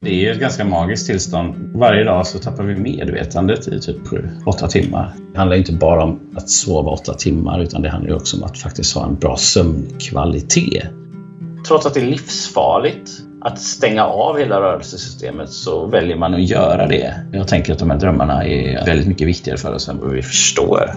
Det är ju ett ganska magiskt tillstånd. Varje dag så tappar vi medvetandet i typ 8 timmar. Det handlar inte bara om att sova 8 timmar utan det handlar också om att faktiskt ha en bra sömnkvalitet. Trots att det är livsfarligt att stänga av hela rörelsesystemet så väljer man att göra det. Jag tänker att de här drömmarna är väldigt mycket viktigare för oss än vad vi förstår.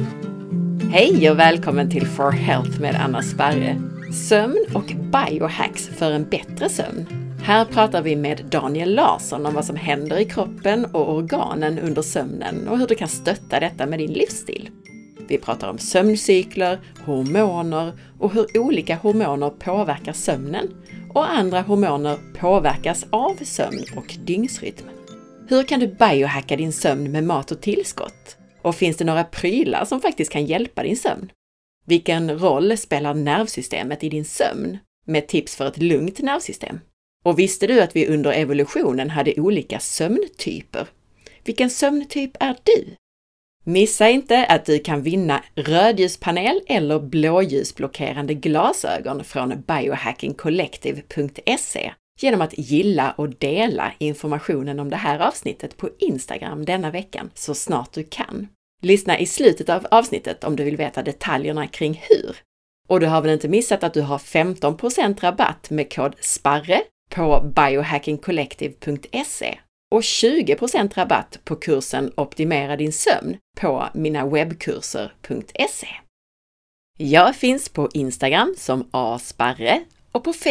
Hej och välkommen till For Health med Anna Sparre. Sömn och biohacks för en bättre sömn. Här pratar vi med Daniel Larsson om vad som händer i kroppen och organen under sömnen och hur du kan stötta detta med din livsstil. Vi pratar om sömncykler, hormoner och hur olika hormoner påverkar sömnen och andra hormoner påverkas av sömn och dygnsrytm. Hur kan du biohacka din sömn med mat och tillskott? Och finns det några prylar som faktiskt kan hjälpa din sömn? Vilken roll spelar nervsystemet i din sömn? Med tips för ett lugnt nervsystem. Och visste du att vi under evolutionen hade olika sömntyper? Vilken sömntyp är du? Missa inte att du kan vinna rödljuspanel eller blåljusblockerande glasögon från biohackingcollective.se genom att gilla och dela informationen om det här avsnittet på Instagram denna veckan så snart du kan. Lyssna i slutet av avsnittet om du vill veta detaljerna kring hur. Och du har väl inte missat att du har 15% rabatt med kod SPARRE på biohackingcollective.se och 20% rabatt på kursen Optimera din sömn på minawebbkurser.se. Jag finns på Instagram som asparre och på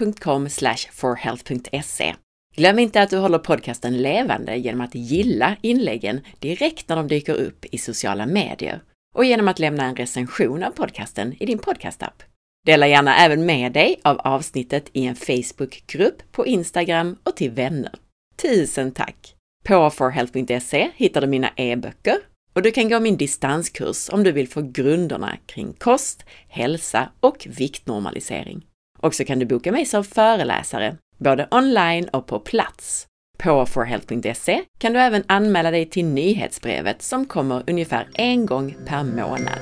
facebook.com/forhealth.se. Glöm inte att du håller podcasten levande genom att gilla inläggen direkt när de dyker upp i sociala medier och genom att lämna en recension av podcasten i din podcastapp. Dela gärna även med dig av avsnittet i en Facebookgrupp på Instagram och till vänner. Tusen tack! På forhealth.se hittar du mina e-böcker och du kan gå min distanskurs om du vill få grunderna kring kost, hälsa och viktnormalisering. Och så kan du boka mig som föreläsare, både online och på plats. På forhealth.se kan du även anmäla dig till nyhetsbrevet som kommer ungefär 1 gång per månad.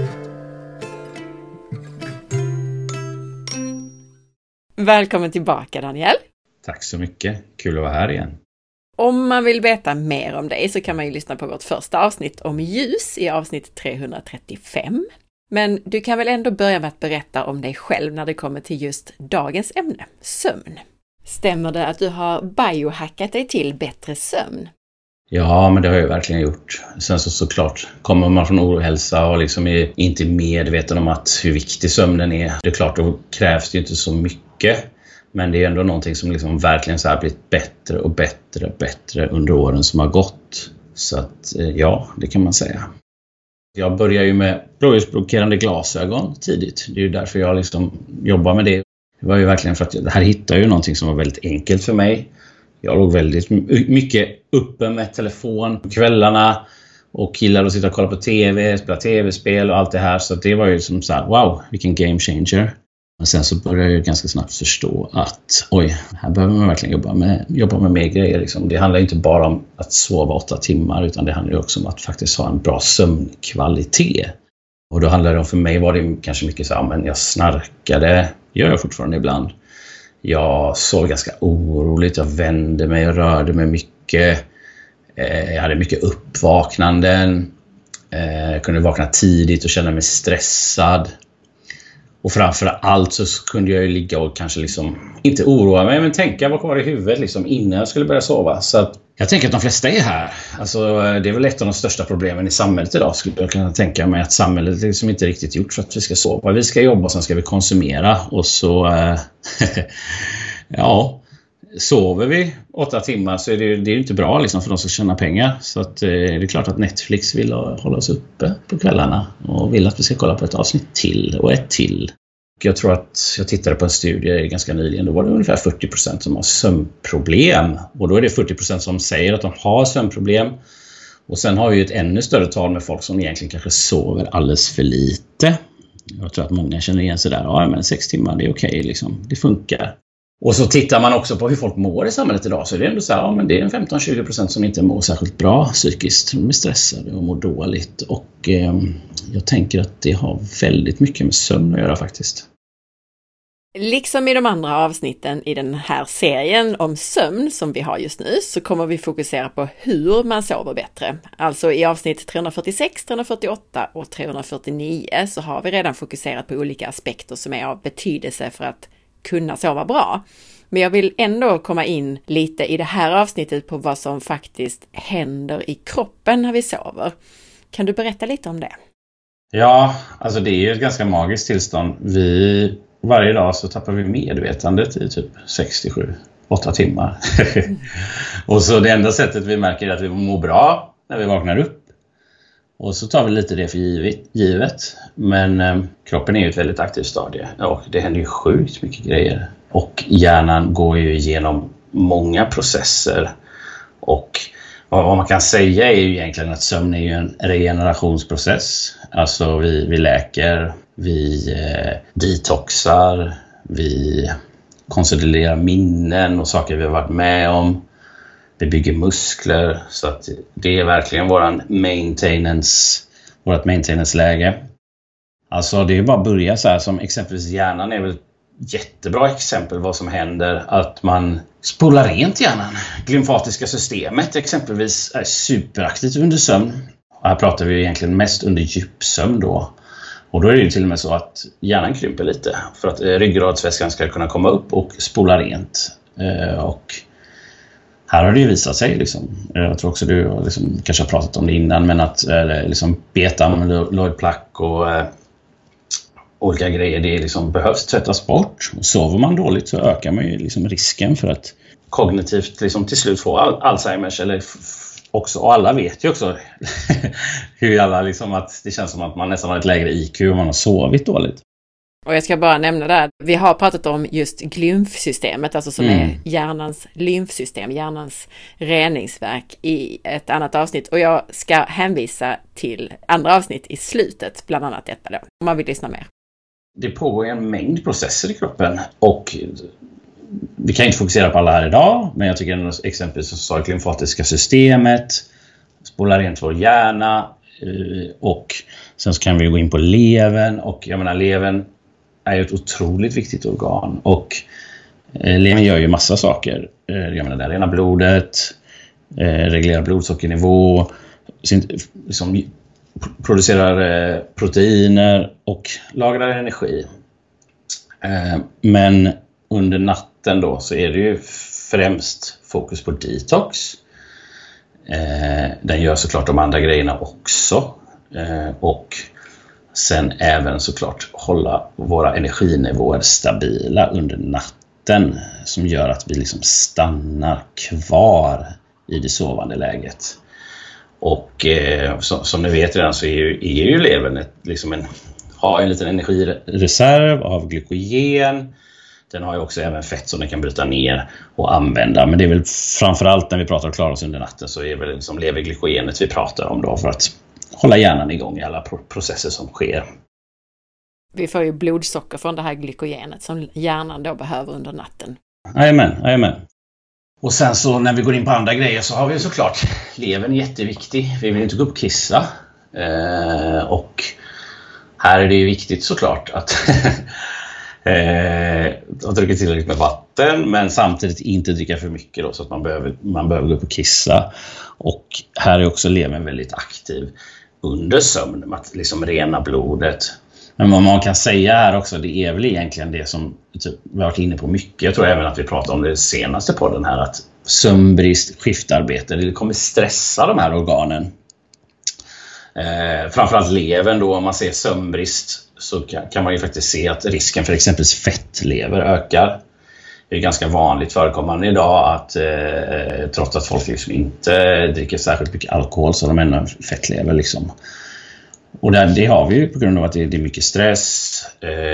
Välkommen tillbaka Daniel. Tack så mycket, kul att vara här igen. Om man vill veta mer om dig så kan man ju lyssna på vårt första avsnitt om ljus i avsnitt 335. Men du kan väl ändå börja med att berätta om dig själv när det kommer till just dagens ämne, sömn. Stämmer det att du har biohackat dig till bättre sömn? Ja, men det har jag verkligen gjort. Sen såklart kommer man från ohälsa och liksom är inte medveten om hur viktig sömnen är. Det är klart, då krävs det ju inte så mycket. Men det är ändå någonting som liksom verkligen så här blivit bättre och bättre och bättre under åren som har gått. Så att ja, det kan man säga. Jag började ju med blåljusblockerande glasögon tidigt. Det är ju därför jag liksom jobbar med det. Det var ju verkligen för att det här hittade ju någonting som var väldigt enkelt för mig. Jag låg väldigt mycket uppe med telefon på kvällarna och gillade att sitta och kolla på tv, spela tv-spel och allt det här. Så det var ju som så här, wow, vilken game changer. Men sen så började jag ju ganska snabbt förstå att här behöver man verkligen jobba med mer grejer. Liksom. Det handlar inte bara om att sova 8 timmar utan det handlar också om att faktiskt ha en bra sömnkvalitet. Och då handlar det om, för mig var det kanske mycket så här, men jag snarkade, gör jag fortfarande ibland. Jag sov ganska oroligt, jag vände mig och rörde mig mycket. Jag hade mycket uppvaknanden. Jag kunde vakna tidigt och känna mig stressad. Och framför allt så kunde jag ju ligga och kanske liksom, inte oroa mig, men tänka vad var i huvudet liksom innan jag skulle börja sova. Så att jag tänker att de flesta är här. Alltså, det är väl ett av de största problemen i samhället idag, skulle jag kunna tänka mig, att samhället liksom inte riktigt gjort för att vi ska sova. Vi ska jobba och sen ska vi konsumera och så ja, sover vi 8 timmar så är det ju inte bra liksom för de som tjänar pengar. Så att det är klart att Netflix vill hålla oss uppe på kvällarna och vill att vi ska kolla på ett avsnitt till och ett till. Jag tror att jag tittade på en studie ganska nyligen, då var det ungefär 40% som har sömnproblem. Och då är det 40% som säger att de har sömnproblem. Och sen har vi ju ett ännu större tal med folk som egentligen kanske sover alldeles för lite. Jag tror att många känner igen sig där, ja men 6 timmar det är okej liksom, det funkar. Och så tittar man också på hur folk mår i samhället idag, så är det ändå så här, ja men det är en 15-20% som inte mår särskilt bra psykiskt, de är stressade och mår dåligt. Och jag tänker att det har väldigt mycket med sömn att göra faktiskt. Liksom i de andra avsnitten i den här serien om sömn som vi har just nu så kommer vi fokusera på hur man sover bättre. Alltså i avsnitt 346, 348 och 349 så har vi redan fokuserat på olika aspekter som är av betydelse för att kunna sova bra. Men jag vill ändå komma in lite i det här avsnittet på vad som faktiskt händer i kroppen när vi sover. Kan du berätta lite om det? Ja, alltså det är ju ett ganska magiskt tillstånd. Varje dag så tappar vi medvetandet i typ 6-8 timmar. Och så det enda sättet vi märker är att vi mår bra när vi vaknar upp. Och så tar vi lite det för givet. Men kroppen är ju ett väldigt aktivt stadie. Och det händer ju sjukt mycket grejer. Och hjärnan går ju igenom många processer. Och vad man kan säga är ju egentligen att sömn är ju en regenerationsprocess. Alltså vi läker, vi detoxar, vi konsoliderar minnen och saker vi har varit med om. Vi bygger muskler, så att det är verkligen vårt maintenance-läge. Alltså det är bara att börja så här, som exempelvis hjärnan är väl ett jättebra exempel vad som händer. Att man spolar rent hjärnan. Glymfatiska systemet exempelvis är superaktivt under sömn. Och här pratar vi egentligen mest under djupsömn då. Och då är det ju till och med så att hjärnan krymper lite för att ryggradsväskan ska kunna komma upp och spola rent. Och här har det ju visat sig liksom. Jag tror också du liksom, kanske har pratat om det innan, men att liksom beta-amyloidplack och olika grejer, det liksom behövs tvättas bort. Och sover man dåligt så ökar man ju liksom risken för att kognitivt liksom till slut få Alzheimers eller också. Och alla vet ju också hur alla liksom att det känns som att man nästan har ett lägre IQ om man har sovit dåligt. Och jag ska bara nämna där, vi har pratat om just glymfsystemet, alltså som är hjärnans lymfsystem, hjärnans reningsverk i ett annat avsnitt. Och jag ska hänvisa till andra avsnitt i slutet, bland annat detta då, om man vill lyssna mer. Det pågår en mängd processer i kroppen och vi kan inte fokusera på alla här idag, men jag tycker exempelvis så det glymfatiska systemet, spolar rent vår hjärna och sen så kan vi gå in på levern. Och jag menar, levern är ju ett otroligt viktigt organ och levern gör ju massa saker. Jag menar, det renar blodet, reglerar blodsockernivå, liksom producerar proteiner och lagrar energi. Men under natten då så är det ju främst fokus på detox. Den gör såklart de andra grejerna också. Och sen även såklart hålla våra energinivåer stabila under natten, som gör att vi liksom stannar kvar i det sovande läget. Och som ni vet redan så är ju levern har en liten energireserv av glykogen. Den har ju också även fett som den kan bryta ner och använda. Men det är väl framförallt när vi pratar om klara oss under natten så är väl liksom leverglykogenet vi pratar om då, för att hålla hjärnan igång i alla processer som sker. Vi får ju blodsocker från det här glykogenet som hjärnan då behöver under natten. Jajamän. Och sen så när vi går in på andra grejer så har vi såklart levern jätteviktig. Vi vill inte gå upp och kissa. Och här är det ju viktigt såklart att dricka tillräckligt med vatten, men samtidigt inte dricka för mycket då, så att man behöver gå upp och kissa. Och här är också levern väldigt aktiv under sömn, att liksom rena blodet. Men vad man kan säga här också, det är väl egentligen det som typ, vi har varit inne på mycket. Jag tror även att vi pratade om det senaste podden här, att sömnbrist, skiftarbete, det kommer stressa de här organen. Framförallt levern då, om man ser sömnbrist så kan man ju faktiskt se att risken för exempelvis fettlever ökar. Det är ganska vanligt förekommande idag att trots att folk liksom inte dricker särskilt mycket alkohol så har de ändå fettlever liksom. Och det har vi ju på grund av att det är mycket stress,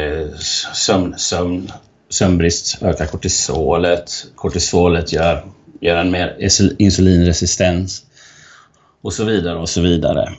sömnbrist ökar kortisolet. Kortisolet gör en mer insulinresistens och så vidare och så vidare.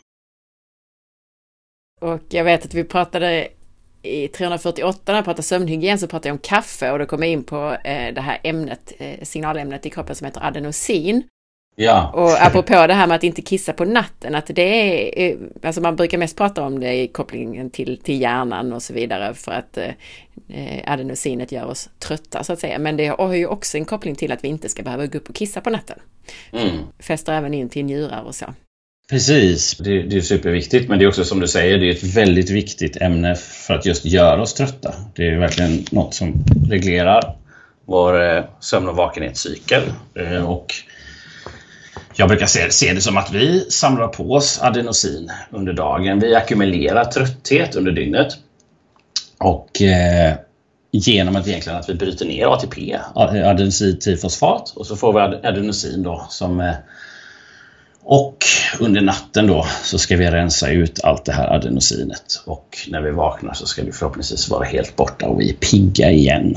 Och jag vet att vi pratade i 348 när jag pratade sömnhygien, så pratade jag om kaffe och då kom jag in på det här ämnet, signalämnet i kroppen som heter adenosin. Ja. Och apropå det här med att inte kissa på natten, att det är, alltså man brukar mest prata om det i kopplingen till hjärnan och så vidare, för att adenosinet gör oss trötta så att säga. Men det har ju också en koppling till att vi inte ska behöva gå upp och kissa på natten. Fäster även in till njurar och så. Precis, det är superviktigt, men det är också som du säger, det är ett väldigt viktigt ämne för att just göra oss trötta. Det är verkligen något som reglerar vår sömn- och vakenhetscykel. Och jag brukar se det som att vi samlar på oss adenosin under dagen. Vi ackumulerar trötthet under dygnet. Och genom att vi bryter ner ATP, adenosintrifosfat, och så får vi adenosin då som... Och under natten då så ska vi rensa ut allt det här adenosinet. Och när vi vaknar så ska vi förhoppningsvis vara helt borta och vi är pigga igen.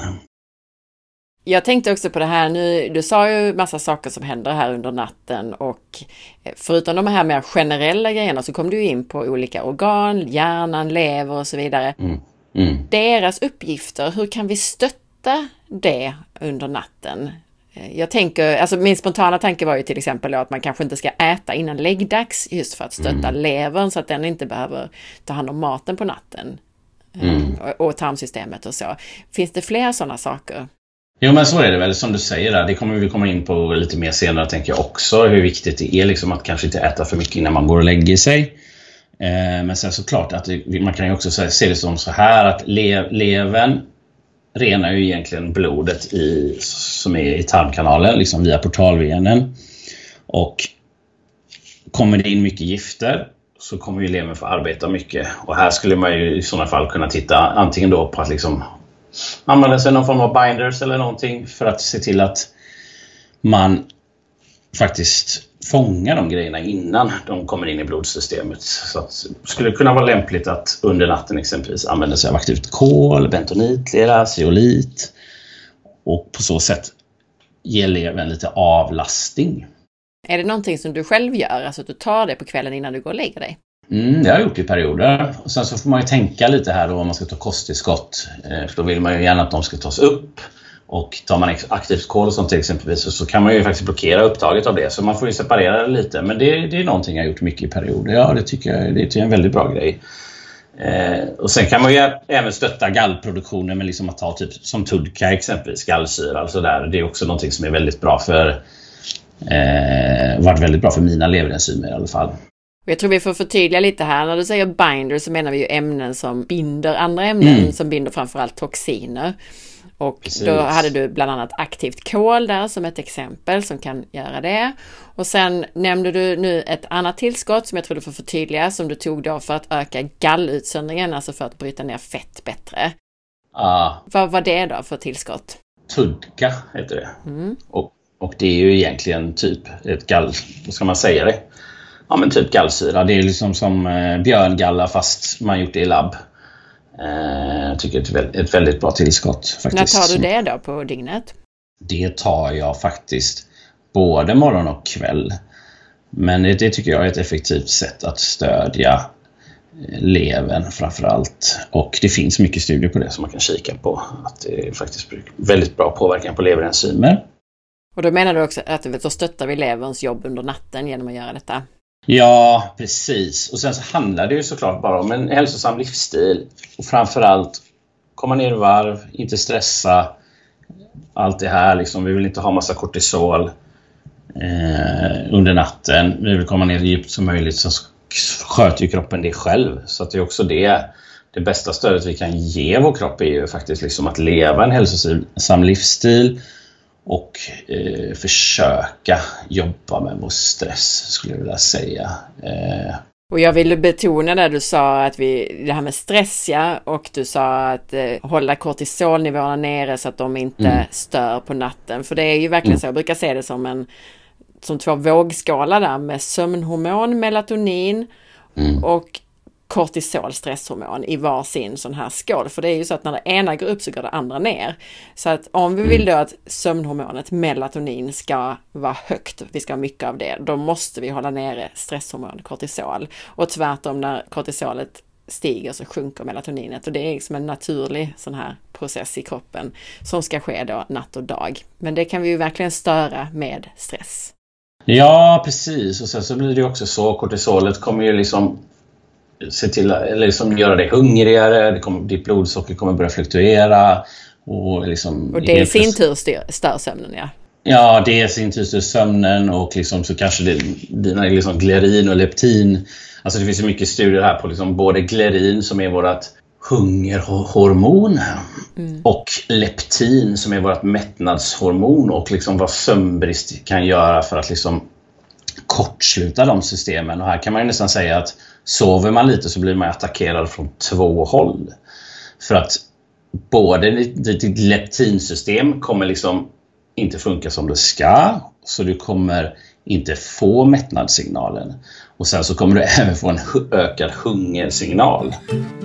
Jag tänkte också på det här nu, du sa ju massa saker som händer här under natten, och förutom de här mer generella grejerna så kom du in på olika organ, hjärnan, lever och så vidare. Deras uppgifter, hur kan vi stötta det under natten? Jag tänker, alltså min spontana tanke var ju till exempel att man kanske inte ska äta innan läggdags just för att stötta levern så att den inte behöver ta hand om maten på natten och tarmsystemet och så. Finns det fler sådana saker? Jo, men så är det väl som du säger där. Det kommer vi komma in på lite mer senare, tänker jag också. Hur viktigt det är liksom att kanske inte äta för mycket innan man går och lägger sig. Men sen såklart att man kan ju också se det som så här att levern renar ju egentligen blodet som är i tarmkanalen liksom via portalvenen. Och kommer det in mycket gifter så kommer ju levern få arbeta mycket. Och här skulle man ju i sådana fall kunna titta antingen då på att liksom använda sig någon form av binders eller någonting för att se till att man faktiskt fångar de grejerna innan de kommer in i blodsystemet. Så att det skulle kunna vara lämpligt att under natten exempelvis använda sig av aktivt kol, bentonitlera, zeolit och på så sätt ge levern lite avlastning. Är det någonting som du själv gör? Alltså att du tar det på kvällen innan du går och lägger dig? Det har jag gjort i perioder. Och sen så får man ju tänka lite här då om man ska ta kosttillskott. För då vill man ju gärna att de ska tas upp. Och tar man aktivt kol och sånt till exempelvis så kan man ju faktiskt blockera upptaget av det. Så man får ju separera det lite. Men det är någonting jag har gjort mycket i perioder. Ja, det tycker jag är en väldigt bra grej. Och sen kan man ju även stötta gallproduktionen med liksom att ta typ som Tudka exempelvis, gallsyra. Alltså där. Det är också någonting som är väldigt bra för varit väldigt bra för mina leverenzymer i alla fall. Jag tror vi får förtydliga lite här. När du säger binder så menar vi ju ämnen som binder andra ämnen, som binder framförallt toxiner. Och precis. Då hade du bland annat aktivt kol där som ett exempel som kan göra det. Och sen nämnde du nu ett annat tillskott som jag tror du får förtydliga, som du tog då för att öka gallutsöndringen, alltså för att bryta ner fett bättre. Vad var det då för tillskott? Tudka heter det. Och det är ju egentligen typ ett vad ska man säga det? Ja, men typ gallsyra. Det är liksom som björngalla fast man gjort det i labb. Jag tycker det är ett väldigt bra tillskott faktiskt. När tar du det då på dygnet? Det tar jag faktiskt både morgon och kväll. Men det tycker jag är ett effektivt sätt att stödja levern framförallt. Och det finns mycket studier på det som man kan kika på. Att det är faktiskt väldigt bra påverkan på leverenzymer. Och då menar du också att då stöttar vi leverns jobb under natten genom att göra detta? Ja, precis. Och sen så handlar det ju såklart bara om en hälsosam livsstil. Och framförallt komma ner i varv, inte stressa. Allt det här liksom. Vi vill inte ha massa kortisol under natten. Vi vill komma ner så djupt som möjligt, så sköter ju kroppen det själv. Så att det är också det bästa stödet vi kan ge vår kropp är ju faktiskt liksom att leva en hälsosam livsstil. Och försöka jobba med vår stress, skulle jag vilja säga. Och jag ville betona där du sa att det här med stress, ja, och du sa att hålla kortisolnivåerna nere så att de inte stör på natten. För det är ju verkligen så, jag brukar se det som två vågskålar där med sömnhormon, melatonin och kortisol, stresshormon i varsin sån här skål. För det är ju så att när det ena går upp så går det andra ner. Så att om vi vill då att sömnhormonet melatonin ska vara högt, vi ska ha mycket av det, då måste vi hålla nere stresshormon, kortisol. Och tvärtom, när kortisolet stiger så sjunker melatoninet. Och det är liksom en naturlig sån här process i kroppen som ska ske då natt och dag. Men det kan vi ju verkligen störa med stress. Ja, precis. Och sen så blir det också så, kortisolet kommer ju liksom se till, eller liksom göra dig hungrigare, ditt blodsocker kommer börja fluktuera. Och det i sin tur stör sömnen, ja. Ja, det är sin tur stör sömnen, och liksom så kanske dina liksom glerin och leptin. Alltså det finns ju mycket studier här på liksom både glerin som är vårt hungerhormon och leptin som är vårt mättnadshormon, och liksom vad sömnbrist kan göra för att liksom kortsluta de systemen. Och här kan man ju nästan säga att sover man lite så blir man attackerad från 2 håll. För att både ditt leptinsystem kommer liksom inte funka som det ska, så du kommer inte få mättnadssignalen. Och sen så kommer du även få en ökad hungersignal.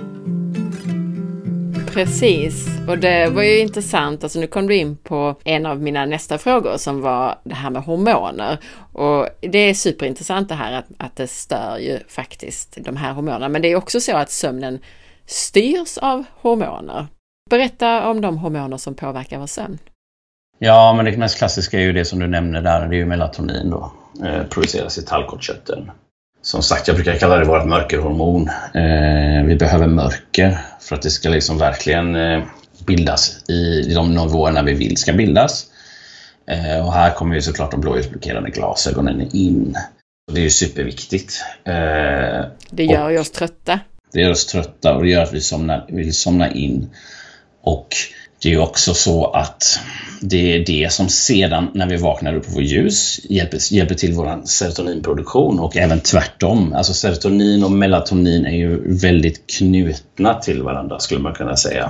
Precis, och det var ju intressant. Alltså nu kom du in på en av mina nästa frågor som var det här med hormoner. Och det är superintressant det här att det stör ju faktiskt de här hormonerna. Men det är också så att sömnen styrs av hormoner. Berätta om de hormoner som påverkar vår sömn. Ja, men det mest klassiska är ju det som du nämner där. Det är ju melatonin då. Produceras i tallkottkörteln. Som sagt, jag brukar kalla det vårt mörkerhormon. Vi behöver mörker för att det ska liksom verkligen bildas i de nivåerna vi vill ska bildas. Och här kommer ju såklart de blåljusblockerande glasögonen in. Och det är ju superviktigt. Det gör ju oss trötta. Det gör oss trötta och det gör att vi vill somna in. Och det är ju också så att det är det som sedan när vi vaknar upp och får ljus hjälper till vår serotoninproduktion, och även tvärtom. Alltså serotonin och melatonin är ju väldigt knutna till varandra, skulle man kunna säga.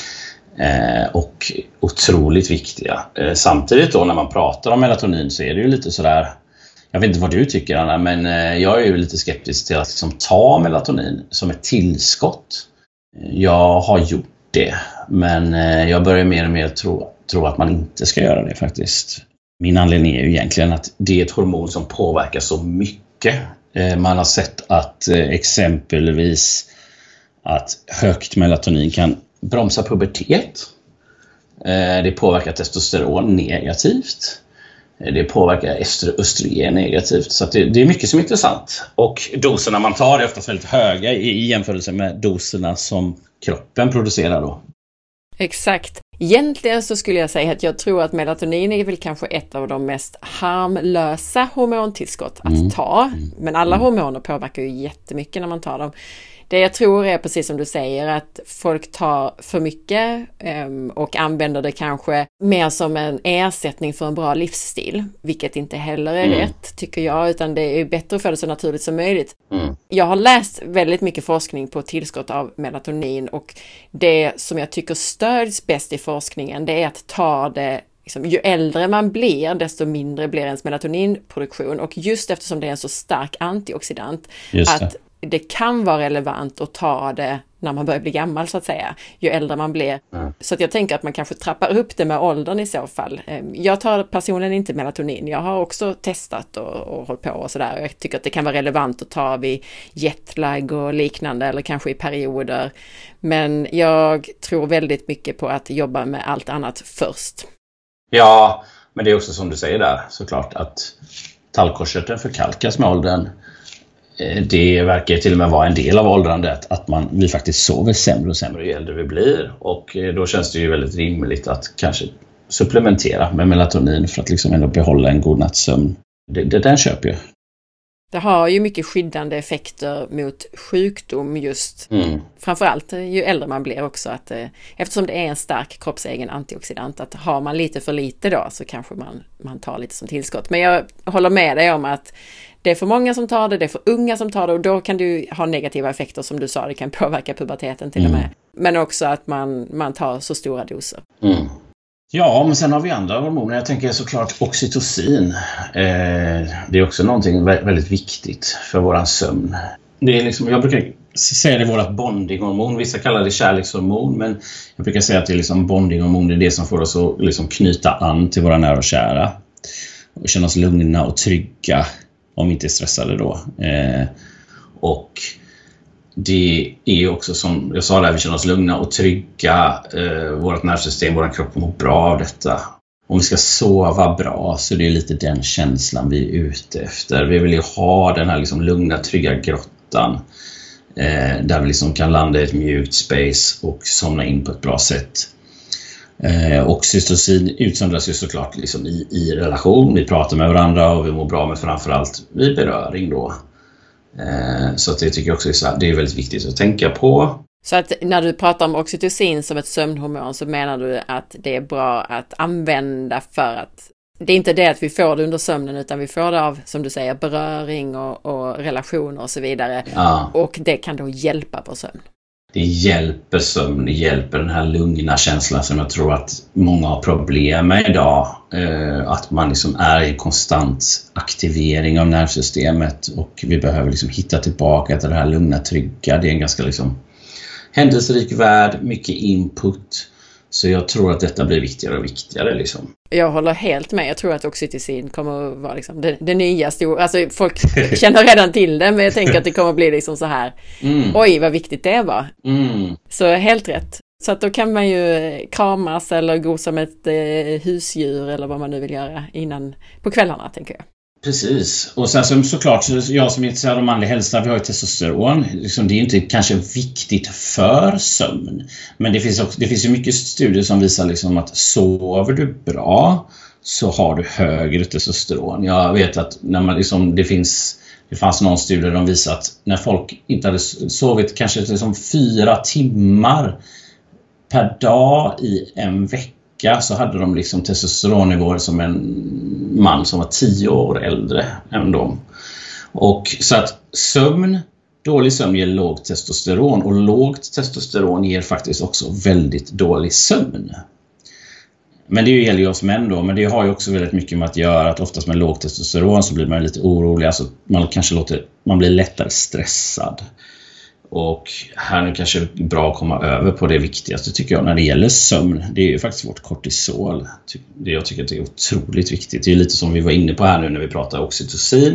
Och otroligt viktiga. Samtidigt då när man pratar om melatonin så är det ju lite sådär, jag vet inte vad du tycker Anna, men jag är ju lite skeptisk till att liksom ta melatonin som ett tillskott. Jag har gjort det, men jag börjar mer och mer tro att man inte ska göra det faktiskt. Min anledning är ju egentligen att det är ett hormon som påverkar så mycket. Man har sett att exempelvis att högt melatonin kan bromsa pubertet. Det påverkar testosteron negativt. Det påverkar östrogen negativt. Så att det är mycket som är intressant. Och doserna man tar är oftast väldigt höga i jämförelse med doserna som kroppen producerar då. Exakt. Egentligen så skulle jag säga att jag tror att melatonin är väl kanske ett av de mest harmlösa hormontillskott att ta. Men alla hormoner påverkar ju jättemycket när man tar dem. Det jag tror är precis som du säger att folk tar för mycket och använder det kanske mer som en ersättning för en bra livsstil. Vilket inte heller är rätt tycker jag, utan det är bättre att få det så naturligt som möjligt. Jag har läst väldigt mycket forskning på tillskott av melatonin, och det som jag tycker stöds bäst i forskningen det är att ta det liksom, ju äldre man blir desto mindre blir ens melatoninproduktion, och just eftersom det är en så stark antioxidant att det kan vara relevant att ta det när man börjar bli gammal så att säga, ju äldre man blir. Så att jag tänker att man kanske trappar upp det med åldern i så fall. Jag tar personligen inte melatonin. Jag har också testat och hållit på och sådär. Jag tycker att det kan vara relevant att ta vid jetlag och liknande, eller kanske i perioder. Men jag tror väldigt mycket på att jobba med allt annat först. Ja, men det är också som du säger där såklart att tallkottkörteln förkalkas med åldern. Det verkar till och med vara en del av åldrandet att vi faktiskt sover sämre och sämre ju äldre vi blir, och då känns det ju väldigt rimligt att kanske supplementera med melatonin för att liksom ändå behålla en god nattsömn. Den köper jag. Det har ju mycket skyddande effekter mot sjukdom just, framförallt ju äldre man blir också, att eftersom det är en stark kroppsegen antioxidant, att har man lite för lite då så kanske man tar lite som tillskott. Men jag håller med dig om att det är för många som tar det är för unga som tar det, och då kan du ha negativa effekter som du sa, det kan påverka puberteten till och med. Men också att man tar så stora doser. Ja, men sen har vi andra hormoner. Jag tänker såklart oxytocin. Det är också någonting väldigt viktigt för våran sömn. Det är liksom, jag brukar säga det är vårat bondinghormon. Vissa kallar det kärlekshormon, men jag brukar säga att det är liksom bondinghormon. Det är det som får oss att liksom knyta an till våra nära och kära. Och känna oss lugna och trygga om vi inte är stressade då. Och det är också som jag sa där, vi känner oss lugna och trygga. Vårt nervsystem, vår kropp mår bra av detta. om vi ska sova bra så det är lite den känslan vi är ute efter. Vi vill ju ha den här liksom lugna, trygga grottan där vi liksom kan landa i ett mjukt space och somna in på ett bra sätt. Oxytocin utsöndras ju såklart liksom i relation. Vi pratar med varandra och vi mår bra, med framförallt vid beröring då. Så att det tycker jag också är, det är väldigt viktigt att tänka på. Så att när du pratar om oxytocin som ett sömnhormon så menar du att det är bra att använda för att det är inte det att vi får det under sömnen, utan vi får det av, som du säger, beröring och relationer och så vidare. Ja. Och det kan då hjälpa på sömn. Det hjälper sömn, det hjälper den här lugna känslan som jag tror att många har problem med idag. Att man liksom är i konstant aktivering av nervsystemet och vi behöver liksom hitta tillbaka till det här lugna, trygga. Det är en ganska liksom händelserik värld, mycket input. Så jag tror att detta blir viktigare och viktigare liksom. Jag håller helt med. Jag tror att oxytocin kommer att vara liksom det nya stora. Alltså folk känner redan till det, men jag tänker att det kommer att bli liksom så här. Oj, vad viktigt det var. Så helt rätt. Så att då kan man ju kramas eller gosa med ett husdjur eller vad man nu vill göra innan på kvällarna, tänker jag. Precis. Och sen som såklart, jag som är intresserad av manlig hälsa, vi har ju testosteron. Liksom, det är ju inte kanske viktigt för sömn. Men det finns ju mycket studier som visar liksom att sover du bra så har du högre testosteron. Jag vet att när man liksom, det fanns någon studie där de visar att när folk inte hade sovit kanske liksom 4 timmar per dag i en vecka, så hade de liksom testosteronnivåer som en man som var 10 år äldre än dem. Och så att dålig sömn ger lågt testosteron, och lågt testosteron ger faktiskt också väldigt dålig sömn. Men det gäller ju oss män då, men det har ju också väldigt mycket med att göra att oftast med lågt testosteron så blir man lite orolig, alltså man blir lättare stressad. Och här nu kanske det är bra att komma över på det viktigaste tycker jag när det gäller sömn. Det är ju faktiskt vårt kortisol. Jag tycker att det är otroligt viktigt. Det är lite som vi var inne på här nu när vi pratar oxytocin.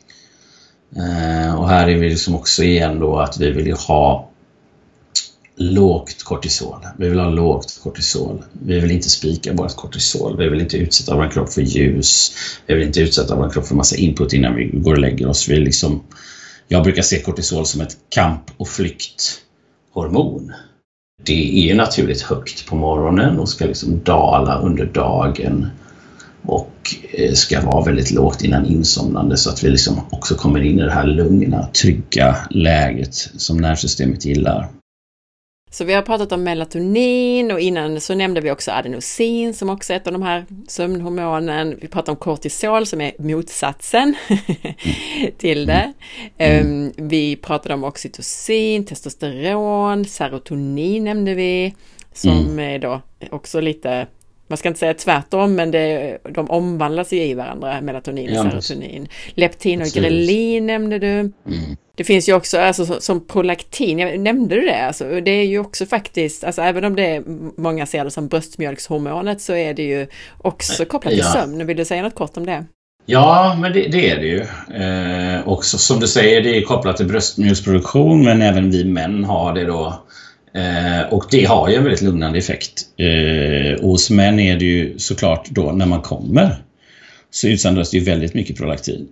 Och här är vi liksom också igen då att vi vill ju ha lågt kortisol. Vi vill ha lågt kortisol. Vi vill inte spika vårt kortisol. Vi vill inte utsätta vår kropp för ljus. Vi vill inte utsätta vår kropp för massa input innan vi går och lägger oss. Jag brukar se kortisol som ett kamp- och flykthormon. Det är ju naturligt högt på morgonen och ska liksom dala under dagen och ska vara väldigt lågt innan insomnande, så att vi liksom också kommer in i det här lugna, trygga läget som nervsystemet gillar. Så vi har pratat om melatonin och innan så nämnde vi också adenosin som också är ett av de här sömnhormonen. Vi pratade om kortisol som är motsatsen till det. Vi pratade om oxytocin, testosteron, serotonin nämnde vi som är då också lite, man ska inte säga tvärtom, men de omvandlas ju i varandra, melatonin och serotonin. Leptin och grelin nämnde du. Det finns ju också alltså, som prolaktin, nämnde du det? Alltså, det är ju också faktiskt, alltså, även om det är, många ser det som bröstmjölkshormonet, så är det ju också kopplat till sömn. Vill du säga något kort om det? Ja, men det är det ju. Och som du säger, det är kopplat till bröstmjölksproduktion, men även vi män har det då. Och det har ju en väldigt lugnande effekt. Och hos män är det ju såklart då när man kommer så utsöndras det ju väldigt mycket prolaktin.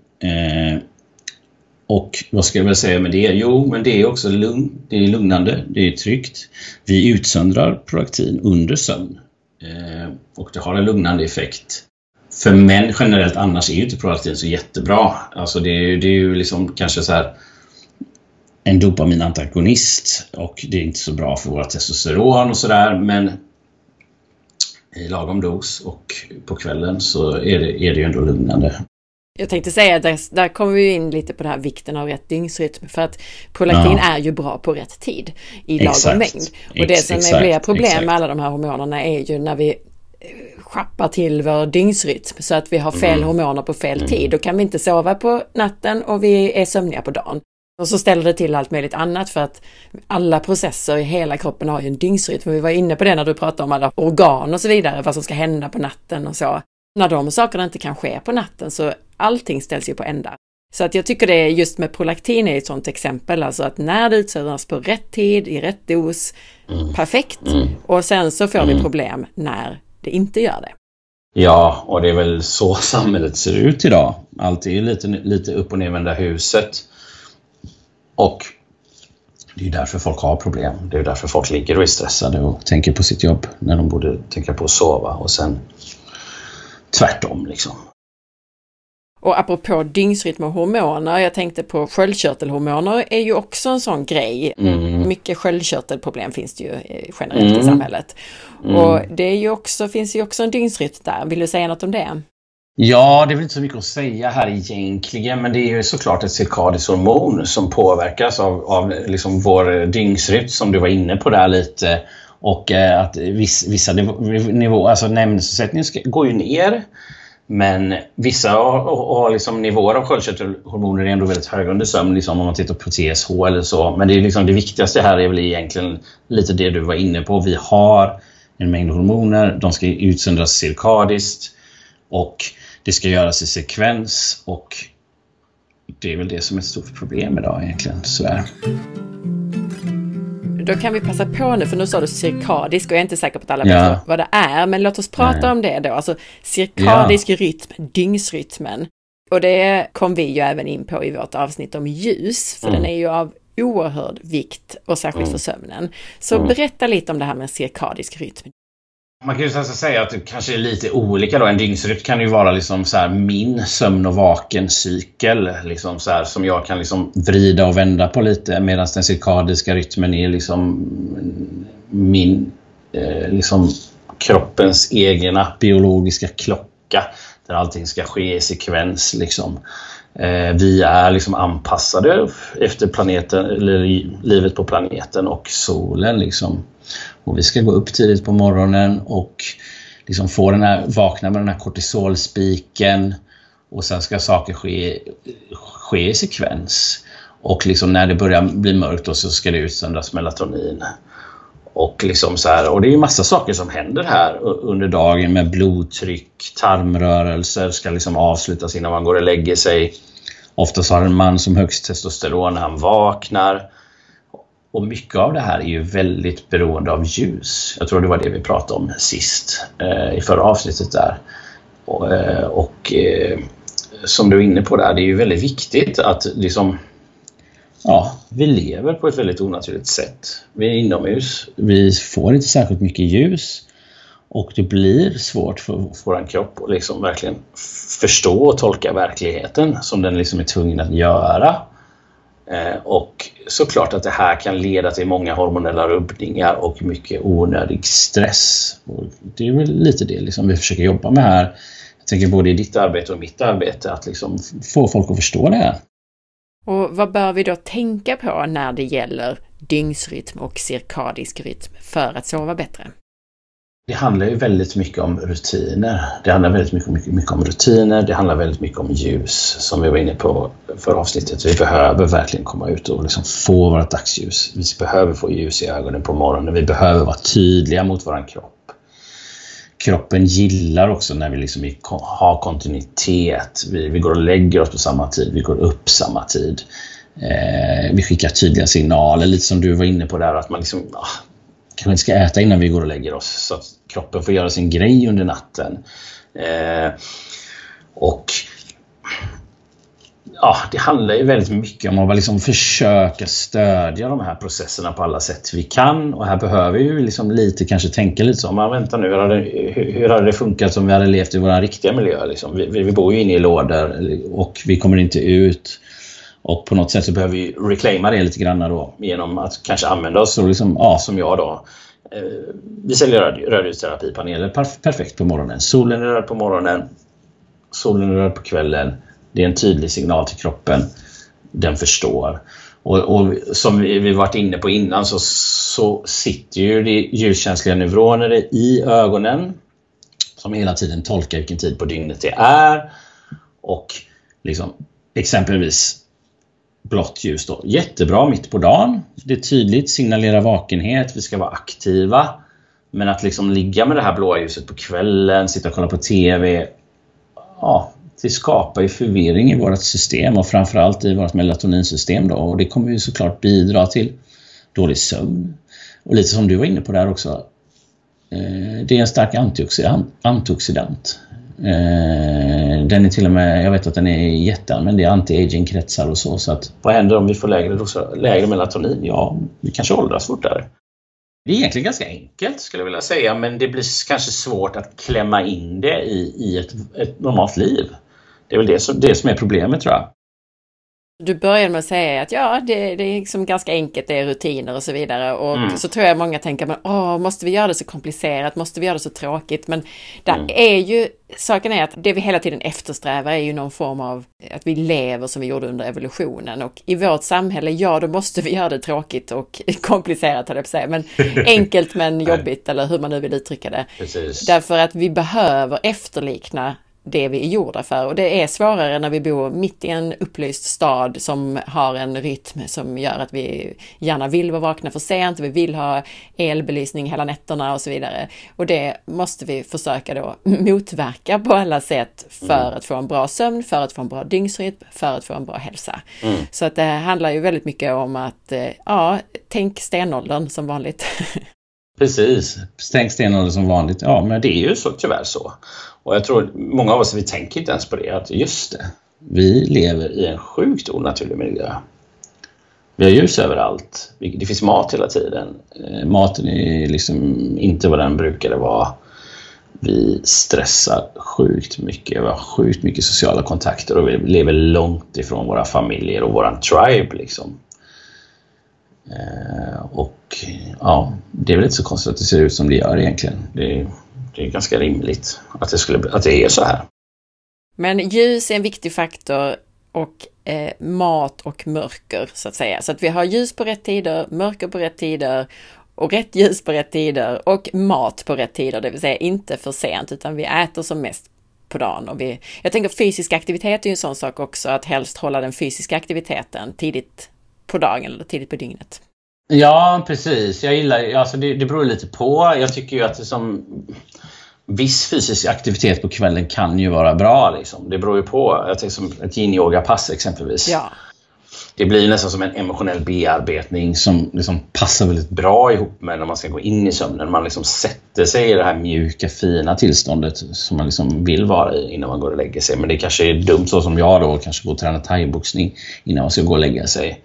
Och vad ska jag väl säga med det? Jo, men det är också det är lugnande, det är tryggt. Vi utsöndrar prolaktin under sömn. Och det har en lugnande effekt. För män generellt annars är ju inte prolaktin så jättebra. Alltså det är ju liksom kanske så här en dopaminantagonist, och det är inte så bra för våra testosteron och sådär, men i lagom dos och på kvällen så är det ju ändå lugnande. Jag tänkte säga att där kommer vi in lite på det här vikten av rätt dygnsrytm, för att prolaktin är ju bra på rätt tid i lagom mängd. Och det som blir problem med alla de här hormonerna är ju när vi schappar till vår dygnsrytm så att vi har fel hormoner på fel tid. Då kan vi inte sova på natten och vi är sömniga på dagen. Och så ställer det till allt möjligt annat, för att alla processer i hela kroppen har ju en dygnsrytm. Vi var inne på det när du pratade om alla organ och så vidare, vad som ska hända på natten och så. När de sakerna inte kan ske på natten så allting ställs ju på ända. Så att jag tycker det är just med prolaktin är ett sånt exempel, alltså att när det utsöndras på rätt tid, i rätt dos, perfekt. Och sen så får vi problem när det inte gör det. Ja, och det är väl så samhället ser ut idag. Allt är ju lite upp och nervända huset. Och det är ju därför folk har problem. Det är ju därför folk ligger och är stressade och tänker på sitt jobb när de borde tänka på att sova. Och sen tvärtom liksom. Och apropå dygnsrytm och hormoner, jag tänkte på sköldkörtelhormoner är ju också en sån grej. Mycket sköldkörtelproblem finns det ju generellt i samhället. Och det är ju också, finns ju också en dygnsrytm där. Vill du säga något om det? Ja, det är väl inte så mycket att säga här egentligen, men det är ju såklart ett cirkadiskt hormon som påverkas av liksom vår dygnsrytm som du var inne på där lite. Och att vissa nivåer, alltså nämningssättningen går ju ner. Men vissa har liksom nivåer av sköldkörtelhormoner är ändå väldigt höga under sömn, liksom om man tittar på TSH eller så. Men det är liksom det viktigaste här är väl egentligen lite det du var inne på. Vi har en mängd hormoner, de ska utsöndras cirkadiskt och det ska göras i sekvens, och det är väl det som är ett stort problem idag egentligen, så är. Då kan vi passa på nu, för nu sa du cirkadisk och jag är inte säker på att alla vet vad det är, men låt oss prata om det då. Alltså cirkadisk rytm, dygnsrytmen. Och det kom vi ju även in på i vårt avsnitt om ljus, för den är ju av oerhörd vikt och särskilt för sömnen. Så berätta lite om det här med cirkadisk rytm. Man kan ju säga att det kanske är lite olika då. En dygnsrytm kan ju vara liksom så här min sömn- och vakencykel liksom så här, som jag kan liksom vrida och vända på lite, medan den cirkadiska rytmen är liksom min liksom kroppens egna biologiska klocka där allting ska ske i sekvens liksom. Vi är liksom anpassade efter planeten, eller livet på planeten och solen liksom. Och vi ska gå upp tidigt på morgonen och liksom få vakna med den här kortisolspiken, och sen ska saker ske i sekvens. Och liksom när det börjar bli mörkt då, så ska det utsöndras melatonin. Och liksom så här, och det är ju massa saker som händer här under dagen med blodtryck, tarmrörelser ska liksom avslutas innan man går och lägger sig. Oftast har en man som högst testosteron när han vaknar. Och mycket av det här är ju väldigt beroende av ljus. Jag tror det var det vi pratade om sist i förra avsnittet där. Och som du är inne på där, det är ju väldigt viktigt att liksom, vi lever på ett väldigt onaturligt sätt. Vi är inomhus, vi får inte särskilt mycket ljus, och det blir svårt för vår kropp att liksom verkligen förstå och tolka verkligheten som den liksom är tvungen att göra. Och såklart att det här kan leda till många hormonella rubbningar och mycket onödig stress. Och det är väl lite det liksom vi försöker jobba med här. Jag tänker både i ditt arbete och mitt arbete att liksom få folk att förstå det här. Och vad bör vi då tänka på när det gäller dygnsrytm och cirkadisk rytm för att sova bättre? Det handlar ju väldigt mycket om rutiner. Det handlar väldigt mycket om rutiner. Det handlar väldigt mycket om ljus, som vi var inne på för avsnittet. Vi behöver verkligen komma ut och liksom få vårt dagsljus. Vi behöver få ljus i ögonen på morgonen. Vi behöver vara tydliga mot vår kropp. Kroppen gillar också när vi liksom har kontinuitet. Vi går och lägger oss på samma tid. Vi går upp samma tid. Vi skickar tydliga signaler. Lite som du var inne på där, att man liksom kanske inte ska äta innan vi går och lägger oss, så att kroppen får göra sin grej under natten. Och det handlar ju väldigt mycket om att liksom försöka stödja de här processerna på alla sätt vi kan. Och här behöver vi ju liksom lite kanske tänka lite så, vänta nu, hur hade det funkat om vi hade levt i vår riktiga miljö? Liksom? Vi bor ju inne i lådor och vi kommer inte ut. Och på något sätt så behöver vi reclaima det lite grann då, genom att kanske använda oss så liksom, som jag då. Vi säljer rödljusterapipaneler perfekt på morgonen. Solen är röd på morgonen, solen är röd på kvällen. Det är en tydlig signal till kroppen. Den förstår. Och som vi varit inne på innan, så sitter ju det ljuskänsliga neuroner i ögonen som hela tiden tolkar vilken tid på dygnet det är. Och liksom exempelvis blått ljus då, jättebra mitt på dagen. Det är tydligt, signalerar vakenhet, vi ska vara aktiva. Men att liksom ligga med det här blåa ljuset på kvällen, sitta och kolla på tv, det skapar ju förvirring i vårt system, och framförallt i vårt melatoninsystem då. Och det kommer ju såklart bidra till dålig sömn. Och lite som du var inne på där också, Det är en stark antioxidant. Den är till och med, jag vet att den är jätteanvänd i anti-aging-kretsar och så att vad händer om vi får lägre melatonin? Ja, vi kanske åldras fortare. Det är egentligen ganska enkelt skulle jag vilja säga, men det blir kanske svårt att klämma in det i ett normalt liv. Det är väl det som är problemet, tror jag. Du började med att säga att det är liksom ganska enkelt, det är rutiner och så vidare. Och så tror jag många tänker, men måste vi göra det så komplicerat? Måste vi göra det så tråkigt? Men saken är att det vi hela tiden eftersträvar är ju någon form av att vi lever som vi gjorde under evolutionen. Och i vårt samhälle, då måste vi göra det tråkigt och komplicerat, hade jag på säga. Men enkelt men jobbigt, eller hur man nu vill uttrycka det. Precis. Därför att vi behöver efterlikna det vi är gjorda för, och det är svårare när vi bor mitt i en upplyst stad som har en rytm som gör att vi gärna vill vara vakna för sent, vi vill ha elbelysning hela nätterna och så vidare, och det måste vi försöka då motverka på alla sätt för att få en bra sömn, för att få en bra dygnsrytm, för att få en bra hälsa. Så att det handlar ju väldigt mycket om att tänk stenåldern som vanligt. Precis, tänk stenåldern som vanligt. Ja, men det är ju så, tyvärr så. Och jag tror många av oss, vi tänker inte ens på det, att just det, vi lever i en sjukt onaturlig miljö. Vi har ljus överallt, det finns mat hela tiden. Maten är liksom inte vad den brukade vara. Vi stressar sjukt mycket, vi har sjukt mycket sociala kontakter och vi lever långt ifrån våra familjer och våran tribe liksom. Och det är väl inte så konstigt att det ser ut som det gör egentligen. Det är ganska rimligt att det är så här. Men ljus är en viktig faktor, och mat och mörker så att säga. Så att vi har ljus på rätt tider, mörker på rätt tider och rätt ljus på rätt tider och mat på rätt tider. Det vill säga inte för sent, utan vi äter som mest på dagen. Och jag tänker fysisk aktivitet är ju en sån sak också, att helst hålla den fysiska aktiviteten tidigt på dagen eller tidigt på dygnet. Ja, precis. Jag gillar, alltså det beror lite på. Jag tycker ju att det som viss fysisk aktivitet på kvällen kan ju vara bra liksom. Det beror ju på. Jag tänker som ett yin-yoga-pass exempelvis. Ja. Det blir nästan som en emotionell bearbetning som liksom passar väldigt bra ihop med när man ska gå in i sömnen. Man liksom sätter sig i det här mjuka, fina tillståndet som man liksom vill vara i innan man går och lägger sig. Men det kanske är dumt så som jag då, kanske gå och träna thai-boxning innan man ska gå och lägga sig.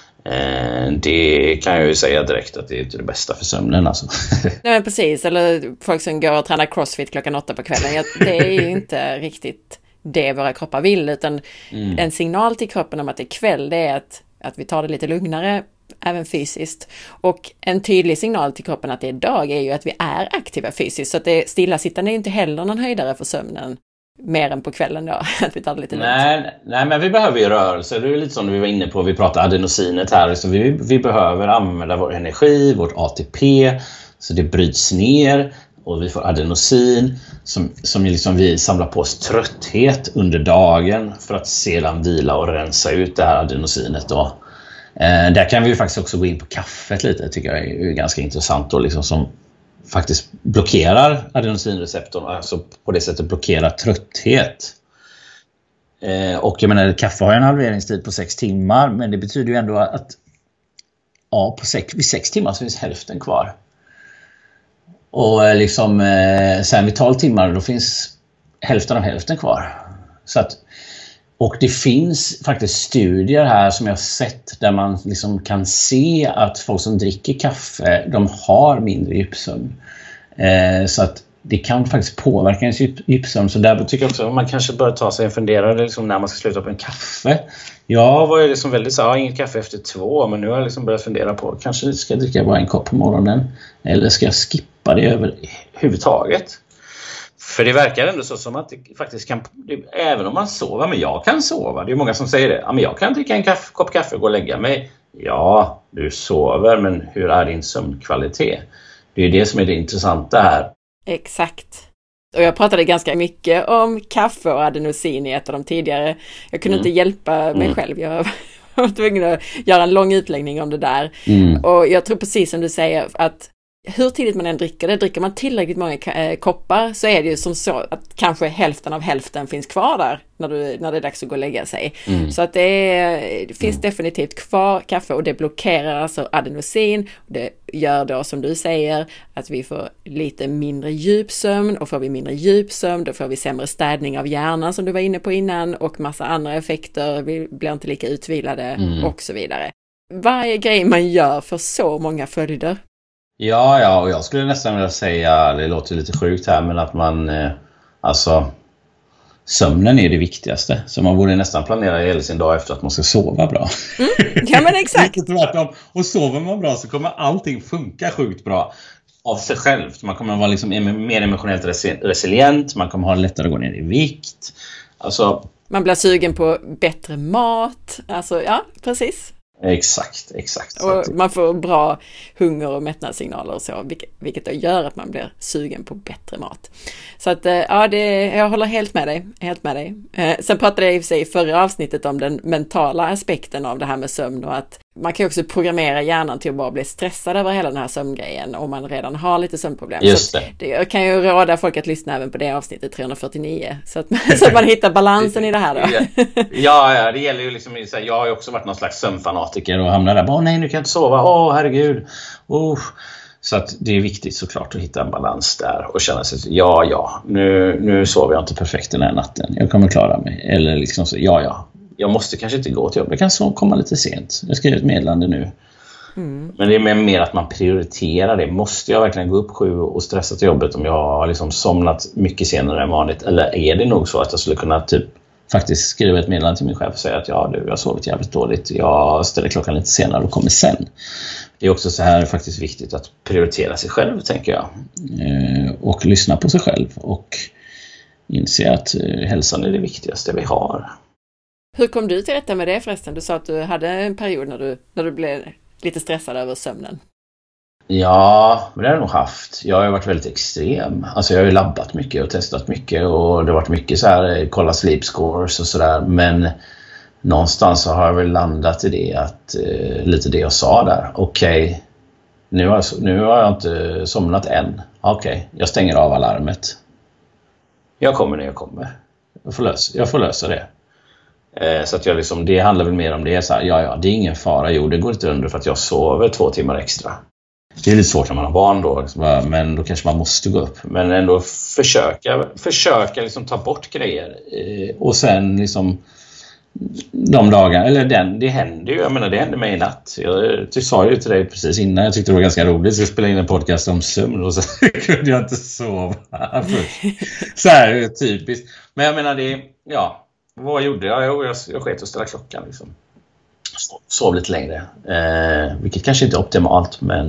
Det kan jag ju säga direkt att det är inte det bästa för sömnen alltså. Nej, men precis, eller folk som går och tränar crossfit klockan 8 på kvällen, det är ju inte riktigt det våra kroppar vill, utan en signal till kroppen om att det är kväll, det är att vi tar det lite lugnare, även fysiskt, och en tydlig signal till kroppen att det är dag är ju att vi är aktiva fysiskt, så att det stillasittande är inte heller någon höjdare för sömnen. Mer än på kvällen då, att vi tar det lite lugnt. Nej, men vi behöver ju rörelse. Det är lite som vi var inne på, vi pratade adenosinet här. Så vi behöver använda vår energi, vårt ATP, så det bryts ner och vi får adenosin som liksom vi samlar på oss trötthet under dagen för att sedan vila och rensa ut det här adenosinet då. Där kan vi ju faktiskt också gå in på kaffet lite, tycker jag är ganska intressant då, liksom, som faktiskt blockerar adenosinreceptorn, alltså på det sättet blockerar trötthet. Och jag menar, kaffe har en halveringstid på 6 timmar, men det betyder ju ändå att vid 6 timmar så finns hälften kvar. Och liksom sen vid 12 timmar då finns hälften av hälften kvar. Så att, och det finns faktiskt studier här som jag har sett där man liksom kan se att folk som dricker kaffe, de har mindre djupsömn. Så att det kan faktiskt påverka ens djupsömn. Så där tycker jag också att man kanske bör ta sig en funderare liksom när man ska sluta på en kaffe. Jag var ju liksom väldigt så, inget kaffe efter 2, men nu har jag liksom börjat fundera på, kanske ska jag dricka bara en kopp på morgonen, eller ska jag skippa det överhuvudtaget? För det verkar ändå så som att det faktiskt kan, även om man sover, men jag kan sova. Det är många som säger det. Ja, men jag kan dricka en kopp kaffe och gå och lägga mig. Ja, du sover, men hur är din sömnkvalitet? Det är det som är det intressanta här. Exakt. Och jag pratade ganska mycket om kaffe och adenosin i ett av de tidigare. Jag kunde inte hjälpa mig själv. Jag var tvungen att göra en lång utläggning om det där. Och jag tror precis som du säger att hur tidigt man än dricker man tillräckligt många koppar så är det ju som så att kanske hälften av hälften finns kvar där när det är dags att gå och lägga sig. Så att det finns definitivt kvar kaffe och det blockerar alltså adenosin. Det gör då som du säger att vi får lite mindre djupsömn, och får vi mindre djupsömn då får vi sämre städning av hjärnan som du var inne på innan, och massa andra effekter. Vi blir inte lika utvilade och så vidare. Varje grej man gör får så många följder. Ja, och jag skulle nästan vilja säga, det låter lite sjukt här, men att man, alltså sömnen är det viktigaste. Så man borde nästan planera hela sin dag efter att man ska sova bra. Ja, men exakt. Och sover man bra så kommer allting funka sjukt bra av sig själv. Man kommer vara liksom mer emotionellt resilient, man kommer ha lättare att gå ner i vikt. Alltså, man blir sugen på bättre mat. Alltså, ja, precis. Exakt. Och man får bra hunger- och mättnadssignaler och så, vilket då gör att man blir sugen på bättre mat. Så att ja, jag håller helt med dig. Sen pratade jag i och för sig i förra avsnittet om den mentala aspekten av det här med sömn, och att man kan också programmera hjärnan till att bara bli stressad över hela den här sömngrejen om man redan har lite sömnproblem. Just det. Så jag kan ju råda folk att lyssna även på det avsnittet 349 så att man hittar balansen i det här då. Ja, det gäller ju liksom, jag har ju också varit någon slags sömnfanatiker och hamnar där, nej nu kan jag inte sova, herregud. Så att det är viktigt såklart att hitta en balans där och känna sig, nu sover jag inte perfekt den här natten, jag kommer klara mig. Eller liksom så, jag måste kanske inte gå till jobbet, jag kan komma lite sent, jag ska göra ett meddelande nu. Men det är mer att man prioriterar det. Måste jag verkligen gå upp 7 och stressa till jobbet om jag har liksom somnat mycket senare än vanligt? Eller är det nog så att jag skulle kunna faktiskt skriva ett meddelande till min chef och säga att jag har sovit jävligt dåligt, jag ställer klockan lite senare och kommer sen. Det är också så här faktiskt viktigt att prioritera sig själv, tänker jag. Och lyssna på sig själv och inse att hälsan är det viktigaste vi har. Hur kom du till rätta med det förresten? Du sa att du hade en period när du blev lite stressad över sömnen. Ja, men det har jag nog haft. Jag har varit väldigt extrem. Alltså jag har ju labbat mycket och testat mycket, och det har varit mycket så här, kolla sleep scores och sådär. Men någonstans så har jag väl landat i det att lite det jag sa där. Okej, nu har jag inte somnat än. Okej, jag stänger av alarmet. Jag kommer när jag kommer. Jag får lösa det. Så att jag liksom, det handlar väl mer om det. Så här, det är ingen fara. Jo, det går inte under för att jag sover 2 timmar extra. Det är lite svårt när man har barn då, men då kanske man måste gå upp. Men ändå försöka liksom ta bort grejer. Och sen liksom de dagarna, eller det händer ju, jag menar det hände mig i natt. Jag sa ju till dig precis innan, jag tyckte det var ganska roligt att spela in en podcast om sömn och så kunde jag inte sova. Så här typiskt. Men jag menar vad gjorde jag? Jag sket att ställa klockan liksom. Sov lite längre. Vilket kanske inte är optimalt, men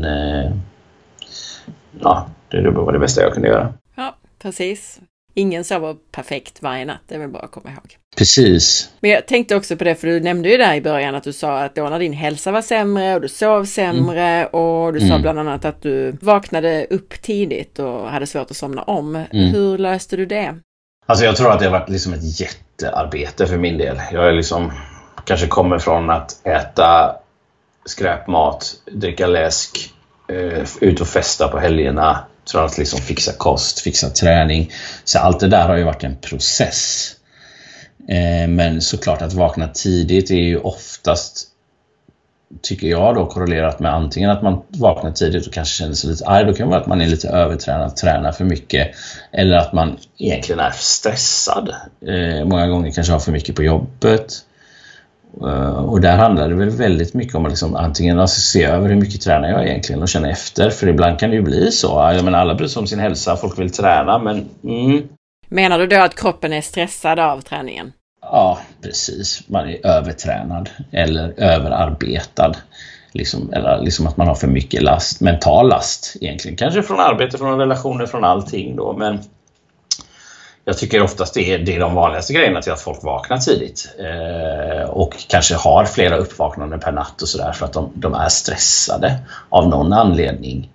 det var det bästa jag kunde göra. Ja, precis. Ingen sover perfekt varje natt, det är väl bara att komma ihåg. Precis. Men jag tänkte också på det, för du nämnde ju där i början att du sa att då när din hälsa var sämre och du sov sämre och du sa bland annat att du vaknade upp tidigt och hade svårt att somna om. Hur löste du det? Alltså jag tror att det har varit liksom ett jättearbete för min del. Jag är liksom kanske kommer från att äta skräpmat, dricka läsk, ut och festa på helgerna, tror att liksom fixa kost, fixa träning. Så allt det där har ju varit en process. Men såklart att vakna tidigt är ju oftast, tycker jag då, korrelerat med antingen att man vaknar tidigt och kanske känner sig lite arg. Då kan det vara att man är lite övertränad, tränar för mycket. Eller att man egentligen är stressad. Många gånger kanske har för mycket på jobbet. Och där handlar det väl väldigt mycket om att liksom antingen att se över hur mycket tränar jag egentligen och känna efter. För ibland kan det ju bli så. Jag menar, alla bryr sig om sin hälsa, folk vill träna, men... Menar du då att kroppen är stressad av träningen? Ja, precis. Man är övertränad eller överarbetad. Eller liksom att man har för mycket last, mental last egentligen. Kanske från arbete, från relationer, från allting då. Men jag tycker oftast det är de vanligaste grejerna till att folk vaknar tidigt. Och kanske har flera uppvaknanden per natt och sådär, för att de är stressade av någon anledning.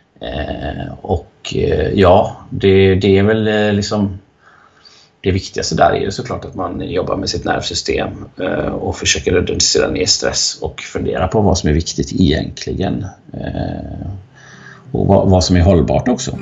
Det är väl liksom... Det viktigaste där är såklart att man jobbar med sitt nervsystem och försöker reducera ner stress och fundera på vad som är viktigt egentligen. och vad som är hållbart också.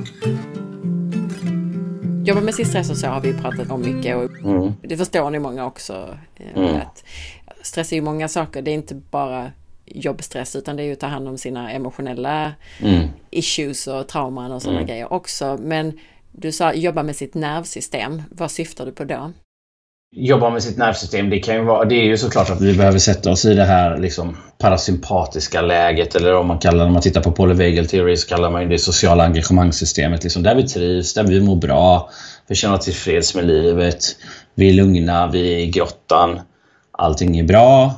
Jobba med sin stress och så har vi pratat om mycket och det förstår ni många också. Att stress är ju många saker, det är inte bara jobbstress utan det är ju att ta hand om sina emotionella issues och trauman och sådana grejer också. Men du sa jobba med sitt nervsystem, vad syftar du på då? Jobba med sitt nervsystem, det är ju såklart att vi behöver sätta oss i det här liksom parasympatiska läget, eller om man tittar på polyvagal theory så kallar man det sociala engagemangssystemet, liksom där vi trivs, där vi mår bra, vi känner oss tillfreds med livet, vi är lugna, vi är i grottan, allting är bra.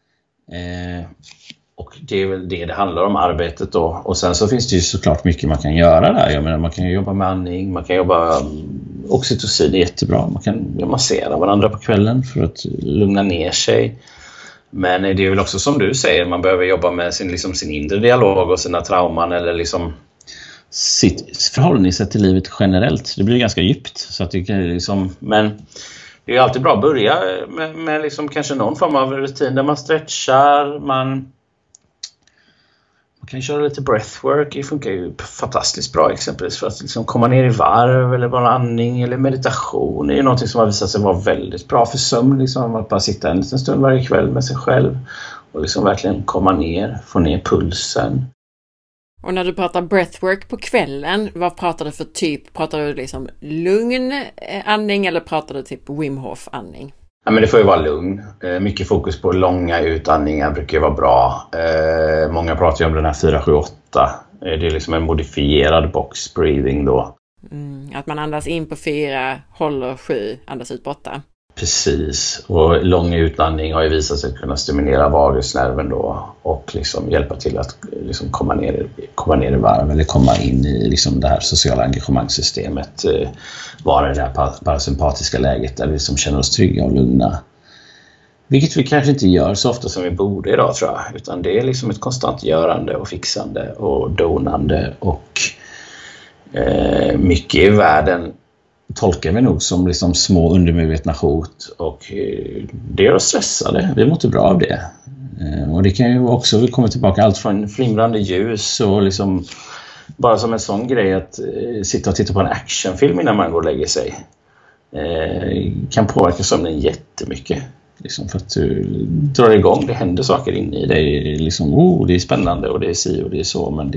Och det är väl det handlar om, arbetet då. Och sen så finns det ju såklart mycket man kan göra där. Jag menar, man kan jobba med andning, man kan jobba oxytocin, är jättebra. Man kan massera varandra på kvällen för att lugna ner sig. Men det är väl också som du säger, man behöver jobba med sin inre dialog och sina trauman, eller liksom sitt förhållningssätt till livet generellt. Det blir ganska djupt, så att det kan liksom, men det är alltid bra att börja med liksom kanske någon form av rutin där man stretchar, man kan köra lite breathwork. Det funkar ju fantastiskt bra exempelvis för att liksom komma ner i varv, eller bara andning eller meditation. Det är ju någonting som har visat sig vara väldigt bra för sömn, liksom, att bara sitta en liten stund varje kväll med sig själv och liksom verkligen komma ner, få ner pulsen. Och när du pratar breathwork på kvällen, vad pratar du för typ? Pratar du liksom lugn andning eller pratar du typ Wim Hof andning? Ja, men det får ju vara lugn. Mycket fokus på långa utandningar brukar ju vara bra. Många pratar ju om den här 4-7-8. Det är liksom en modifierad box breathing då. Att man andas in på 4, håller 7, andas ut på 8. Precis, och lång utandning har ju visat sig kunna stimulera vagusnerven då och liksom hjälpa till att liksom komma ner i varv, eller komma in i liksom det här sociala engagemangssystemet, vara i det här parasympatiska läget där vi liksom känner oss trygga och lugna. Vilket vi kanske inte gör så ofta som vi borde idag, tror jag, utan det är liksom ett konstant görande och fixande och donande, och mycket i världen tolkar vi nog som liksom små undermedvetna hot, och det gör oss stressade. Vi mår inte bra av det. Och det kan ju också, vi kommer tillbaka allt från flimrande ljus och liksom bara som en sån grej att sitta och titta på en actionfilm innan man går och lägger sig kan påverka sömnen jättemycket. Liksom för att du drar igång, det händer saker inne i dig. Liksom, det är spännande och det är si och det är så, men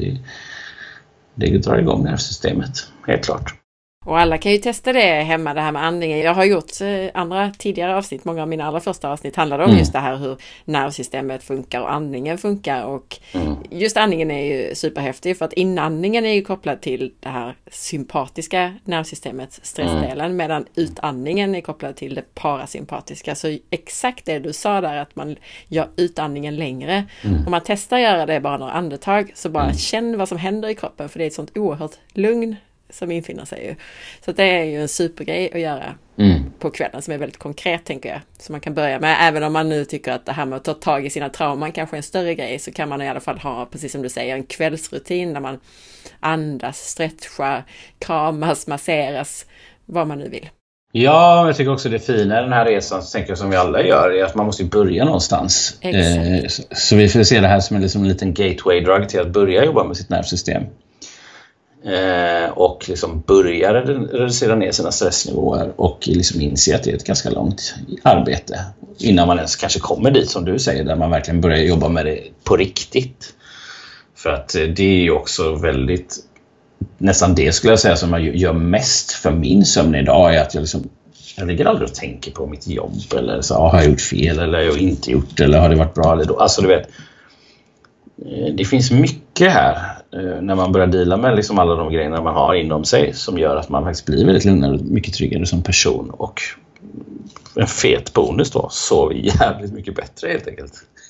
det drar igång nervsystemet, helt klart. Och alla kan ju testa det hemma, det här med andningen. Jag har gjort andra tidigare avsnitt, många av mina allra första avsnitt handlade om just det här hur nervsystemet funkar och andningen funkar. Och just andningen är ju superhäftig, för att inandningen är ju kopplad till det här sympatiska nervsystemet, stressdelen, medan utandningen är kopplad till det parasympatiska. Så exakt det du sa där, att man gör utandningen längre. Om man testar att göra det bara några andetag, så bara känn vad som händer i kroppen, för det är ett sånt oerhört lugn som infinner sig ju. Så det är ju en supergrej att göra på kvällen, som är väldigt konkret, tänker jag. Så man kan börja med, även om man nu tycker att det här med att ta tag i sina trauman kanske är en större grej, så kan man i alla fall ha, precis som du säger, en kvällsrutin där man andas, stretchar, kramas, masseras, vad man nu vill. Ja, jag tycker också det fina i den här resan, så tänker jag, som vi alla gör, är att man måste börja någonstans. Så vi får se det här som en liten gateway-drug till att börja jobba med sitt nervsystem. Och liksom börja reducera ner sina stressnivåer och liksom inse att det är ett ganska långt arbete innan man ens kanske kommer dit, som du säger, där man verkligen börjar jobba med det på riktigt. För att det är ju också väldigt, nästan det skulle jag säga som jag gör mest för min sömn idag, är att jag ligger aldrig och tänker på mitt jobb, eller så har jag gjort fel, eller har jag inte gjort, eller har det varit bra eller då. Alltså du vet, det finns mycket här när man börjar dela med liksom alla de grejerna man har inom sig, som gör att man faktiskt blir väldigt lugnare och mycket tryggare som person, och en fet bonus då, sover jävligt mycket bättre helt enkelt.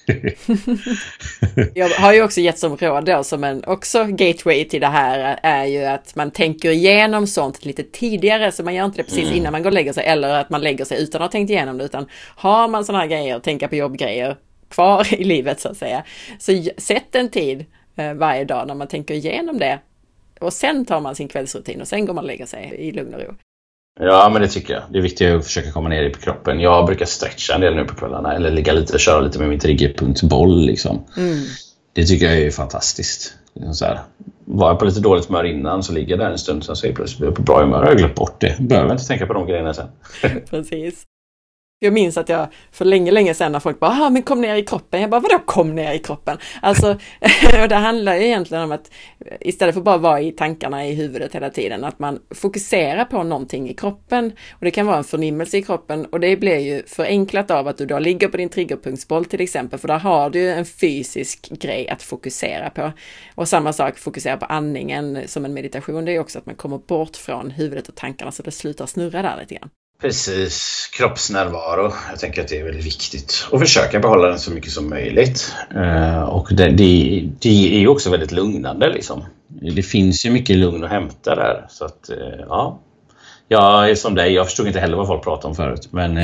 Jag har ju också gett som råd då, som en också gateway till det här, är ju att man tänker igenom sånt lite tidigare, så man gör inte det precis innan man går och lägger sig, eller att man lägger sig utan att ha tänkt igenom det, utan har man såna här grejer, tänka på jobbgrejer kvar i livet så att säga, så sätt en tid varje dag när man tänker igenom det, och sen tar man sin kvällsrutin och sen går man och lägger sig i lugn och ro. Ja, men det tycker jag. Det är viktigt att försöka komma ner på kroppen. Jag brukar stretcha en del nu på kvällarna, eller ligga lite och köra lite med min triggerpunktsboll liksom. Det tycker jag är fantastiskt. Så här, var jag på lite dåligt humör innan så ligger jag där en stund, sen så är jag plötsligt på bra humör och jag har glömt bort det. Behöver inte tänka på de grejerna sen. Precis. Jag minns att jag för länge sedan när folk bara, men kom ner i kroppen. Jag bara, vadå kom ner i kroppen? Alltså, och det handlar ju egentligen om att istället för bara vara i tankarna i huvudet hela tiden, att man fokuserar på någonting i kroppen. Och det kan vara en förnimmelse i kroppen och det blir ju förenklat av att du då ligger på din triggerpunktsboll till exempel, för där har du en fysisk grej att fokusera på. Och samma sak, fokusera på andningen som en meditation, det är också att man kommer bort från huvudet och tankarna så det slutar snurra där lite grann. Precis, kroppsnärvaro. Jag tänker att det är väldigt viktigt. Och försöka behålla den så mycket som möjligt. Och det är ju också väldigt lugnande liksom. Det finns ju mycket lugn att hämta där. Så att, ja. Jag är som dig, jag förstod inte heller vad folk pratade om förut. Men...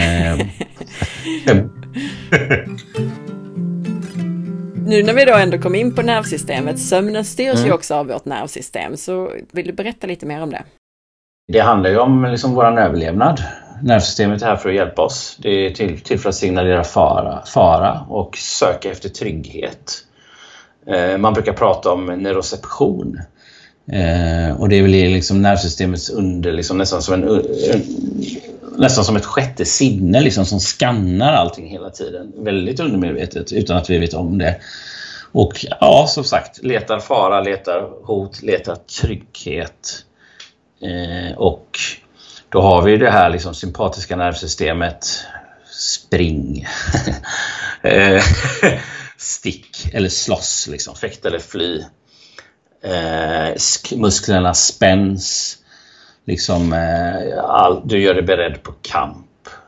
Nu när vi då ändå kom in på nervsystemet, sömnen styrs ju också av vårt nervsystem. Så vill du berätta lite mer om det? Det handlar ju om liksom vår överlevnad. Nervsystemet är här för att hjälpa oss. Det är till för att signalera fara och söka efter trygghet. Man brukar prata om neuroception. Och det är väl liksom nervsystemets under, liksom nästan som ett sjätte sinne liksom, som skannar allting hela tiden. Väldigt undermedvetet utan att vi vet om det. Och ja, som sagt, letar fara, letar hot, letar trygghet. Och då har vi det här liksom sympatiska nervsystemet, spring, stick eller slåss, liksom, fäkt eller fly, musklerna spänns, liksom, du gör dig beredd på kamp.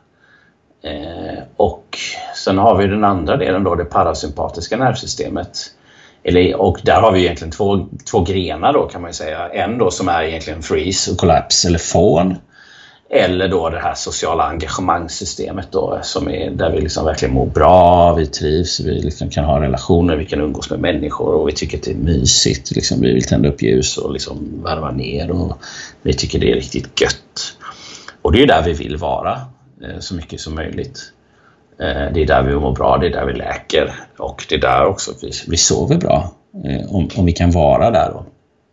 Och sen har vi den andra delen då, det parasympatiska nervsystemet. Och där har vi egentligen två grenar då kan man ju säga. En då som är egentligen freeze och collapse eller fawn. Eller då det här sociala engagemangssystemet då som är där vi liksom verkligen mår bra, vi trivs, vi liksom kan ha relationer, vi kan umgås med människor och vi tycker att det är mysigt. Liksom, vi vill tända upp ljus och liksom varva ner och vi tycker det är riktigt gött. Och det är där vi vill vara så mycket som möjligt. Det är där vi mår bra, det är där vi läker och det är där också vi sover bra om vi kan vara där då.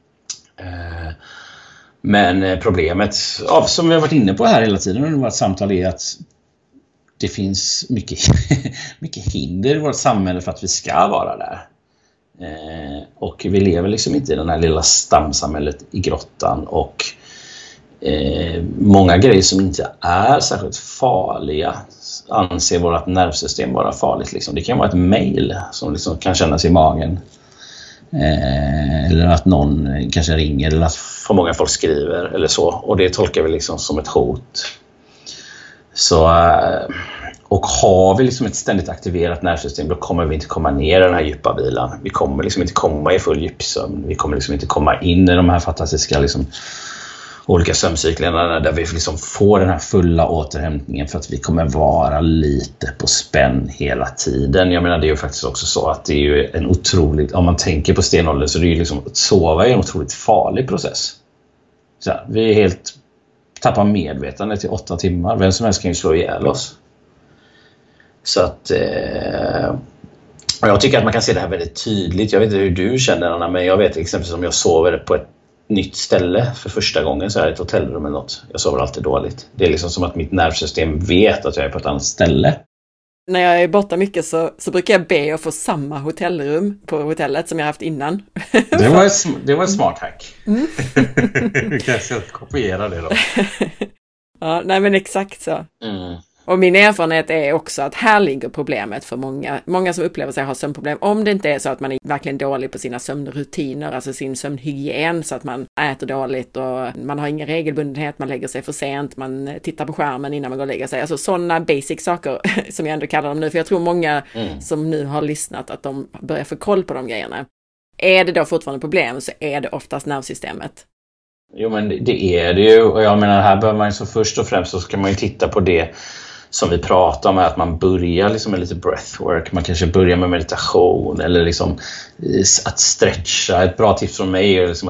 Men problemet, som vi har varit inne på här hela tiden under vårt samtal, är att det finns mycket hinder i vårt samhälle för att vi ska vara där. Och vi lever liksom inte i den här lilla stamsamhället i grottan och många grejer som inte är särskilt farliga anser vårt nervsystem vara farligt. Liksom. Det kan vara ett mejl som liksom kan kännas i magen. Eller att någon kanske ringer eller att för många folk skriver eller så. Och det tolkar vi liksom som ett hot. Så, och har vi liksom ett ständigt aktiverat nervsystem, då kommer vi inte komma ner i den här djupa vilan. Vi kommer liksom inte komma i full djupsömn. Vi kommer liksom inte komma in i de här fantastiska liksom olika sömncyklerna där vi liksom får den här fulla återhämtningen för att vi kommer vara lite på spänn hela tiden. Jag menar, det är ju faktiskt också så att det är ju en otroligt, om man tänker på stenåldern så är det ju liksom att sova är en otroligt farlig process. Så här, vi är helt tappar medvetande till 8 timmar. Vem som helst kan ju slå ihjäl oss. Så att jag tycker att man kan se det här väldigt tydligt. Jag vet inte hur du känner, Anna, men jag vet till exempel som jag sover på ett nytt ställe för första gången så är det ett hotellrum eller något. Jag sover alltid dåligt. Det är liksom som att mitt nervsystem vet att jag är på ett annat ställe. När jag är borta mycket så brukar jag be att få samma hotellrum på hotellet som jag haft innan. Det var ett smart hack. Du kan kopiera det då. Ja, nej men exakt så. Och min erfarenhet är också att här ligger problemet för många som upplever sig ha sömnproblem. Om det inte är så att man är verkligen dålig på sina sömnrutiner, alltså sin sömnhygien, så att man äter dåligt och man har ingen regelbundenhet, man lägger sig för sent, man tittar på skärmen innan man går och lägger sig. Alltså sådana basic saker som jag ändå kallar dem nu, för jag tror många som nu har lyssnat att de börjar få koll på de grejerna. Är det då fortfarande problem så är det oftast nervsystemet. Jo, men det är det ju, och jag menar här behöver man ju så först och främst så ska man ju titta på det som vi pratar om, är att man börjar liksom med lite breathwork, man kanske börjar med meditation eller liksom att stretcha. Ett bra tips från mig är liksom att jobba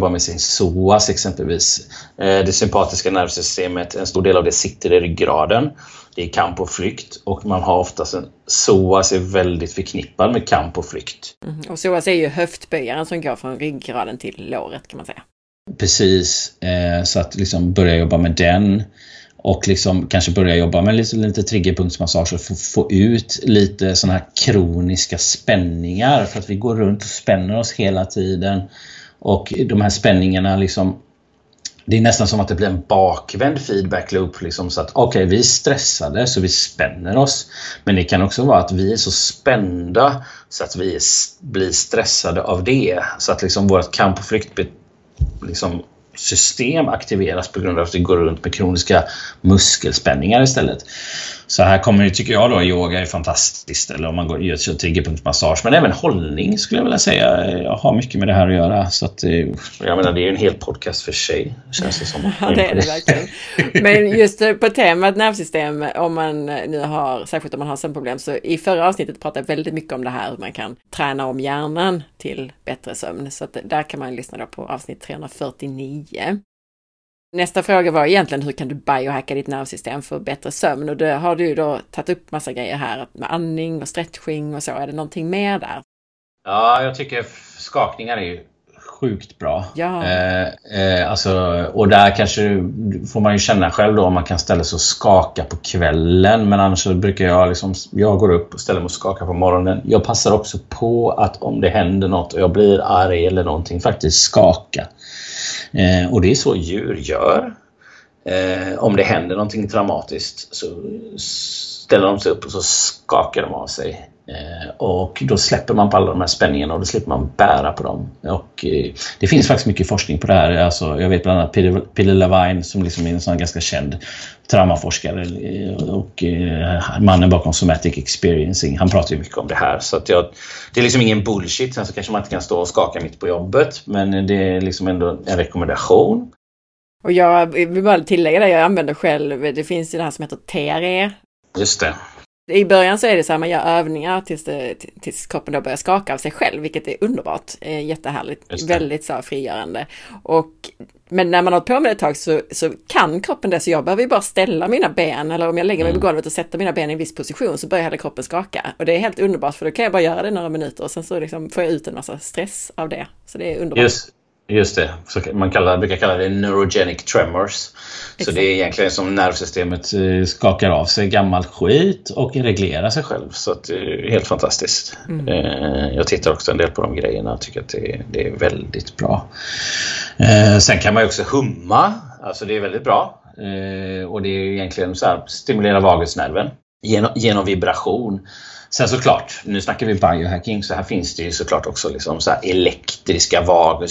jobbar med sin psoas exempelvis. Det sympatiska nervsystemet, en stor del av det sitter i ryggraden. Det är kamp och flykt och man har oftast en psoas är väldigt förknippad med kamp och flykt. Och psoas är ju höftböjaren som går från ryggraden till låret kan man säga. Precis, så att liksom börja jobba med den och liksom kanske börja jobba med lite triggerpunktsmassage och få ut lite såna här kroniska spänningar för att vi går runt och spänner oss hela tiden och de här spänningarna liksom, det är nästan som att det blir en bakvänd feedback loop liksom, så att okej, vi är stressade så vi spänner oss, men det kan också vara att vi är så spända så att vi blir stressade av det, så att liksom vårt kamp- och flykt liksom system aktiveras på grund av att vi går runt med kroniska muskelspänningar istället. Så här kommer det, tycker jag då, yoga är fantastiskt, eller om man gör triggerpunktsmassage, men även hållning skulle jag vilja säga. Jag har mycket med det här att göra, så att jag menar, det är en hel podcast för sig, känns det som. Ja, det är det verkligen. Men just på temat nervsystem, om man nu har, särskilt om man har sömnproblem, så i förra avsnittet pratade jag väldigt mycket om det här, hur man kan träna om hjärnan till bättre sömn, så att där kan man lyssna då på avsnitt 349. Nästa fråga var egentligen, hur kan du biohacka ditt nervsystem för bättre sömn? Och det har du då tagit upp massa grejer här med andning och stretching och så. Är det någonting mer där? Ja, jag tycker skakningar är ju sjukt bra. Ja. Alltså, och där kanske får man ju känna själv då om man kan ställa sig och skaka på kvällen. Men annars så brukar jag går upp och ställer mig och skakar på morgonen. Jag passar också på att om det händer något och jag blir arg eller någonting, faktiskt skaka. Och det är så djur gör. Om det händer någonting traumatiskt så ställer de sig upp och så skakar de av sig. Och då släpper man på alla de här spänningarna och då slipper man bära på dem. Och det finns faktiskt mycket forskning på det här. Alltså, jag vet bland annat Peter Levine, som liksom är en sån ganska känd traumaforskare och mannen bakom Somatic Experiencing. Han pratar ju mycket om det här. Så att det är liksom ingen bullshit. Sen så kanske man inte kan stå och skaka mitt på jobbet, men det är liksom ändå en rekommendation. Och jag vill bara tillägga det, jag använder själv, det finns ju det här som heter TRE. Just det. I början så är det så här, man gör övningar tills kroppen då börjar skaka av sig själv, vilket är underbart, jättehärligt, väldigt så frigörande. Men när man har hållit på med det ett tag så kan kroppen det, så jag behöver ju bara ställa mina ben, eller om jag lägger mig på golvet och sätter mina ben i en viss position så börjar hela kroppen skaka. Och det är helt underbart, för då kan jag bara göra det några minuter och sen så liksom får jag ut en massa stress av det. Så det är underbart. Just det, så man brukar kalla det neurogenic tremors. Exakt. Så det är egentligen som nervsystemet skakar av sig gammal skit och reglerar sig själv. Så att det är helt fantastiskt. Jag tittar också en del på de grejerna och tycker att det är väldigt bra. Sen kan man ju också humma, alltså det är väldigt bra. Och det är egentligen så här, stimulera vagusnerven genom vibration. Sen såklart, nu snackar vi biohacking, så här finns det ju såklart också liksom så här elektriska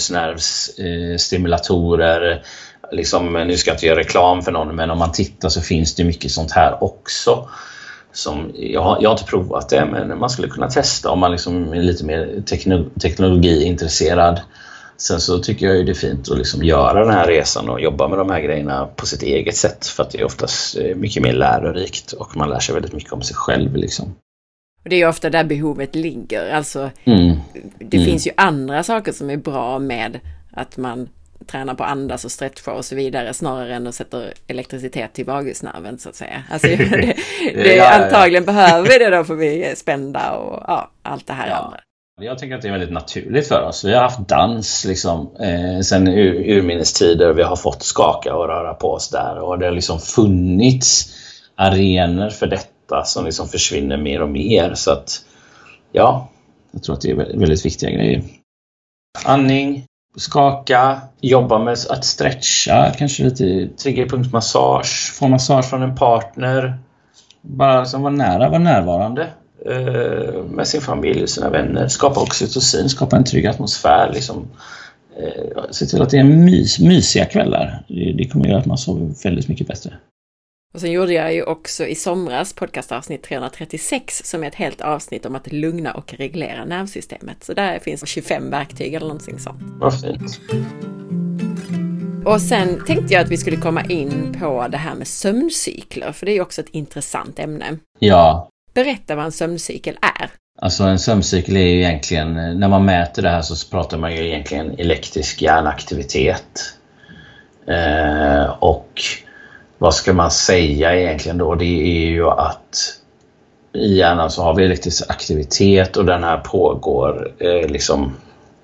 vagusnervsstimulatorer. Liksom, nu ska jag inte göra reklam för någon, men om man tittar så finns det mycket sånt här också. Som, jag har inte provat det, men man skulle kunna testa om man liksom är lite mer teknologiintresserad. Sen så tycker jag ju det är fint att liksom göra den här resan och jobba med de här grejerna på sitt eget sätt. För att det är oftast mycket mer lärorikt och man lär sig väldigt mycket om sig själv liksom. Och det är ju ofta där behovet ligger. Alltså, det finns ju andra saker som är bra med att man tränar på andas och stretcha och så vidare, snarare än att sätta elektricitet till vagusnerven, så att säga. Alltså, antagligen behöver vi det då, för vi är spända och allt det här andra. Jag tänker att det är väldigt naturligt för oss. Vi har haft dans liksom, sen urminnes-tider. Vi har fått skaka och röra på oss där. Och det har liksom funnits arenor för detta som liksom försvinner mer och mer. Så att, jag tror att det är väldigt viktiga grejer. Andning, skaka, jobba med att stretcha, kanske lite triggerpunktsmassage, få massage från en partner. Bara som var närvarande. Med sin familj och sina vänner, skapa oxytocin, skapa en trygg atmosfär liksom. Se till att det är mysiga kvällar. Det kommer göra att man sover väldigt mycket bättre. Och sen gjorde jag ju också i somras podcastavsnitt 336 som är ett helt avsnitt om att lugna och reglera nervsystemet. Så där finns 25 verktyg eller någonting sånt. Vad fint. Och sen tänkte jag att vi skulle komma in på det här med sömncykler, för det är ju också ett intressant ämne. Ja. Berätta vad en sömncykel är. Alltså en sömncykel är ju egentligen, när man mäter det här så pratar man ju egentligen elektrisk hjärnaktivitet. Och vad ska man säga egentligen då? Det är ju att i hjärnan så har vi elektrisk aktivitet och den här pågår liksom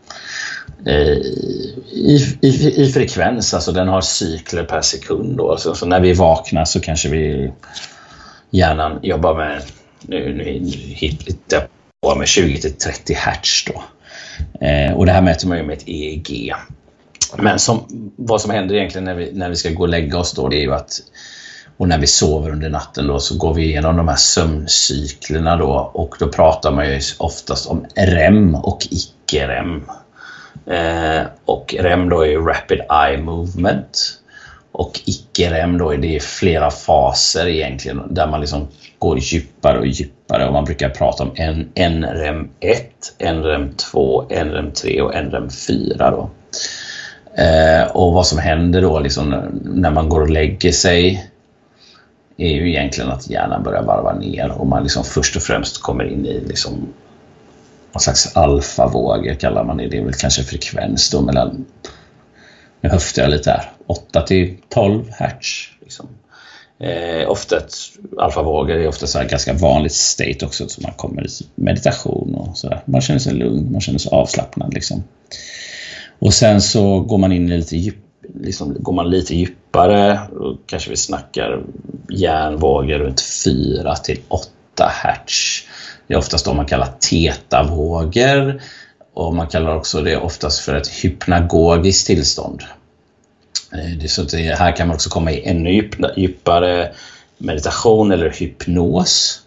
i frekvens, alltså den har cykler per sekund då. Så när vi vaknar så kanske hjärnan jobbar med nu hittar på med 20-30 hertz då. Och det här mäter man ju med ett EEG. Men vad som händer egentligen när vi ska gå och lägga oss då, det är ju att, och när vi sover under natten då, så går vi igenom de här sömncyklerna då, och då pratar man ju oftast om REM och icke-REM. Och REM då är Rapid Eye Movement, och icke-REM då är det flera faser egentligen, där man liksom går djupare och djupare, och man brukar prata om NREM 1, NREM 2, NREM 3 och NREM 4 då. Och vad som händer då liksom när man går och lägger sig är ju egentligen att hjärnan börjar varva ner, och man liksom först och främst kommer in i liksom någon slags alfavågor kallar man det. Det är väl kanske frekvens då mellan, nu höftar jag lite här, 8-12 hertz liksom. Ofta alfavågor är ofta så här ganska vanligt state också, så man kommer i meditation och så där. Man känner sig lugn, man känner sig avslappnad liksom. Och sen så går man in lite djupare, och kanske vi snackar hjärnvågor runt 4-8 hertz. Det är oftast då man kallar tetavågor, och man kallar också det oftast för ett hypnagogiskt tillstånd. Det är så att här kan man också komma i ännu djupare meditation eller hypnos.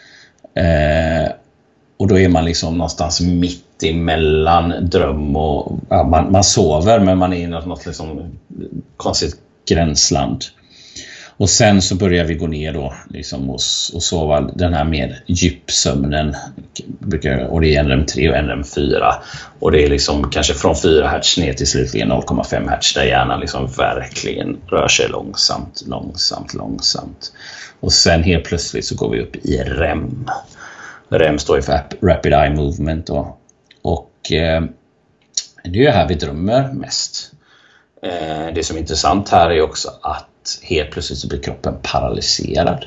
Och då är man liksom någonstans mitt emellan dröm och man sover, men man är i något liksom konstigt gränsland. Och sen så börjar vi gå ner då liksom och sova den här mer djupsömnen, och det är NREM 3 och NREM 4, och det är liksom kanske från 4 hertz ner till slutligen 0,5 hertz, där hjärnan liksom verkligen rör sig långsamt. Och sen helt plötsligt så går vi upp i REM. REM står ju för Rapid Eye Movement då. Och det är ju här vi drömmer mest. Det som är intressant här är också att helt plötsligt så blir kroppen paralyserad.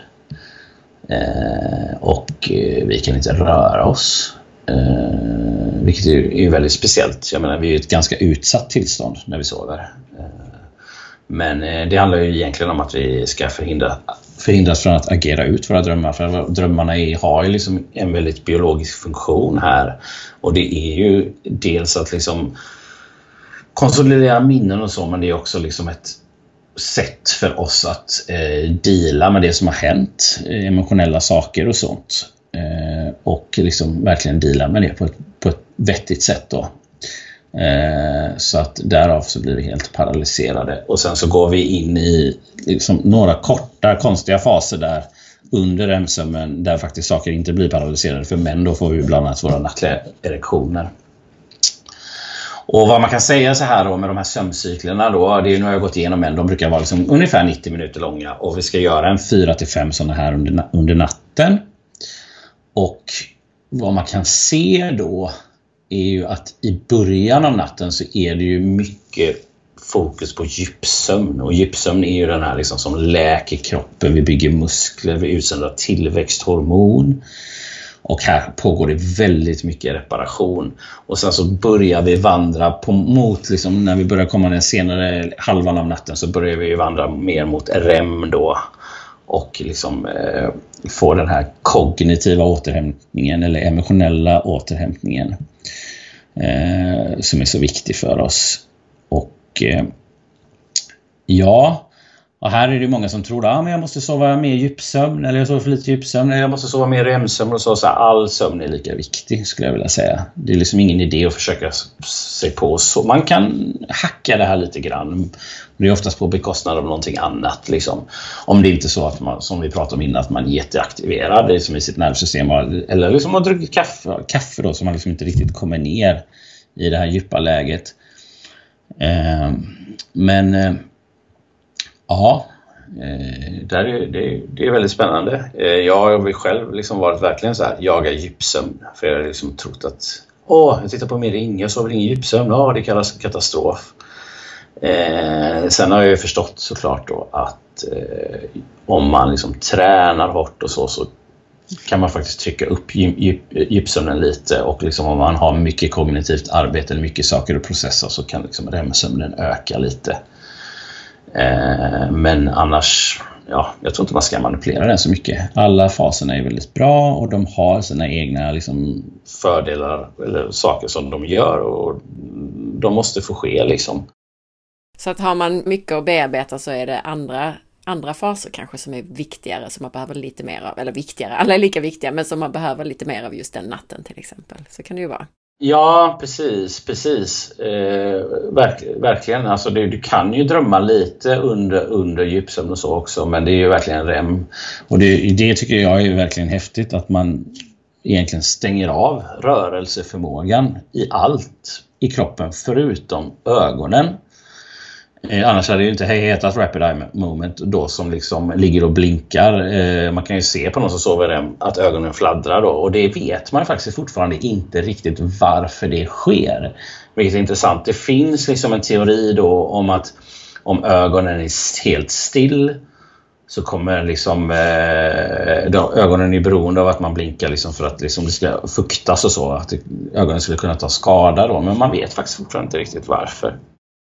Och vi kan inte röra oss. Vilket är väldigt speciellt. Jag menar, vi är ju ett ganska utsatt tillstånd när vi sover. Men det handlar ju egentligen om att vi ska förhindras från att agera ut våra drömmar. För drömmarna har ju liksom en väldigt biologisk funktion här. Och det är ju dels att liksom konsolidera minnen och så, men det är också liksom ett sätt för oss att deala med det som har hänt, emotionella saker och sånt. Och liksom verkligen deala med det på ett vettigt sätt då. Så att därav så blir vi helt paralyserade. Och sen så går vi in i liksom några korta konstiga faser där under REM-sömnen, där faktiskt saker inte blir paralyserade. För män då får vi bland annat våra nattliga erektioner. Och vad man kan säga så här då med de här sömncyklerna då, det är, nu har jag gått igenom en, de brukar vara liksom ungefär 90 minuter långa, och vi ska göra en 4-5 sådana här under natten. Och vad man kan se då är ju att i början av natten så är det ju mycket fokus på djupsömn, och djupsömn är ju den här liksom som läker kroppen, vi bygger muskler, vi utsöndrar tillväxthormon. Och här pågår det väldigt mycket reparation. Och sen så börjar vi vandra mot liksom, när vi börjar komma den senare halvan av natten, så börjar vi vandra mer mot REM då. Och liksom få den här kognitiva återhämtningen eller emotionella återhämtningen som är så viktig för oss. Och och här är det många som tror att men jag måste sova mer djupsömn, eller jag sover för lite djupsömn, eller jag måste sova mer REM-sömn, och så all sömn är lika viktig, skulle jag vilja säga. Det är liksom ingen idé att försöka sig på så. Man kan hacka det här lite grann. Det är oftast på bekostnad av någonting annat liksom. Om det är inte så att man, som vi pratade om innan, att man är jätteaktiverad, det är som i sitt nervsystem, eller liksom har druckit kaffe då, så man liksom inte riktigt kommer ner i det här djupa läget. Det är väldigt spännande. Jag har själv liksom varit verkligen så här, jaga djupsömn. För jag har liksom trott att jag tittar på min ring, jag sover ingen djupsömn. Ja, det kallas katastrof. Sen har jag ju förstått såklart då att om man liksom tränar hårt och så kan man faktiskt trycka upp djupsömnen lite, och liksom om man har mycket kognitivt arbete eller mycket saker att processa så kan liksom REM-sömnen öka lite. Men annars, jag tror inte man ska manipulera den så mycket. Alla faserna är väldigt bra och de har sina egna liksom fördelar eller saker som de gör, och de måste få ske liksom. Så att har man mycket att bearbeta så är det andra faser kanske som är viktigare, som man behöver lite mer av, eller viktigare, alla är lika viktiga, men som man behöver lite mer av just den natten till exempel. Så kan det ju vara. Ja, precis. Verkligen. Alltså du kan ju drömma lite under djupsömn och så också, men det är ju verkligen REM. Och det tycker jag är verkligen häftigt, att man egentligen stänger av rörelseförmågan i allt i kroppen förutom ögonen. Annars hade det ju inte hetat Rapid Eye Movement då, som liksom ligger och blinkar. Man kan ju se på någon som sover REM att ögonen fladdrar då. Och det vet man faktiskt fortfarande inte riktigt varför det sker. Vilket är intressant. Det finns liksom en teori då om att om ögonen är helt still så kommer liksom ögonen är beroende av att man blinkar liksom för att liksom det ska fuktas och så. Att ögonen skulle kunna ta skada då. Men man vet faktiskt fortfarande inte riktigt varför.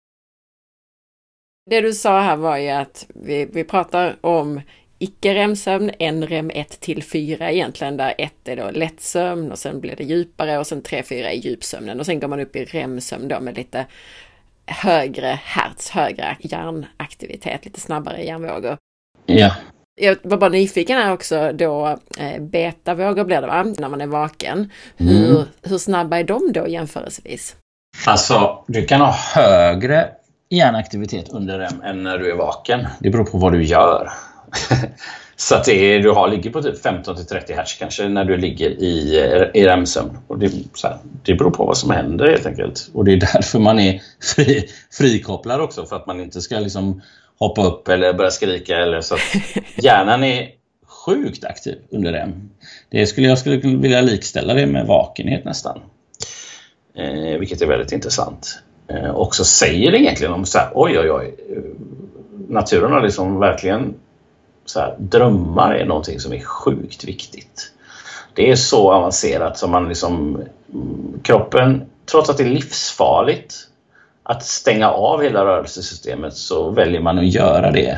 Det du sa här var ju att vi pratar om icke-REM-sömn, NREM 1-4 egentligen, där 1 är då lättsömn och sen blir det djupare och sen 3-4 är djupsömnen och sen går man upp i REM-sömn då med lite högre hertz, högre hjärnaktivitet, lite snabbare hjärnvågor. Ja. Jag var bara nyfiken här också, då betavågor blir det va, när man är vaken. Hur snabba är de då jämförelsevis? Alltså, du kan ha högre hjärnaktivitet under REM än när du är vaken. Det beror på vad du gör. Så att ligger på typ 15-30 hertz kanske när du ligger i REM-sömn. Och det beror på vad som händer helt enkelt. Och det är därför man är frikopplad också. För att man inte ska liksom hoppa upp eller börja skrika. Eller så att hjärnan är sjukt aktiv under REM. Jag skulle vilja likställa det med vakenhet nästan. Vilket är väldigt intressant. Och så säger det egentligen om så här, oj. Naturen har liksom verkligen så här, drömmar är någonting som är sjukt viktigt. Det är så avancerat som man liksom, kroppen, trots att det är livsfarligt att stänga av hela rörelsesystemet, så väljer man att göra det.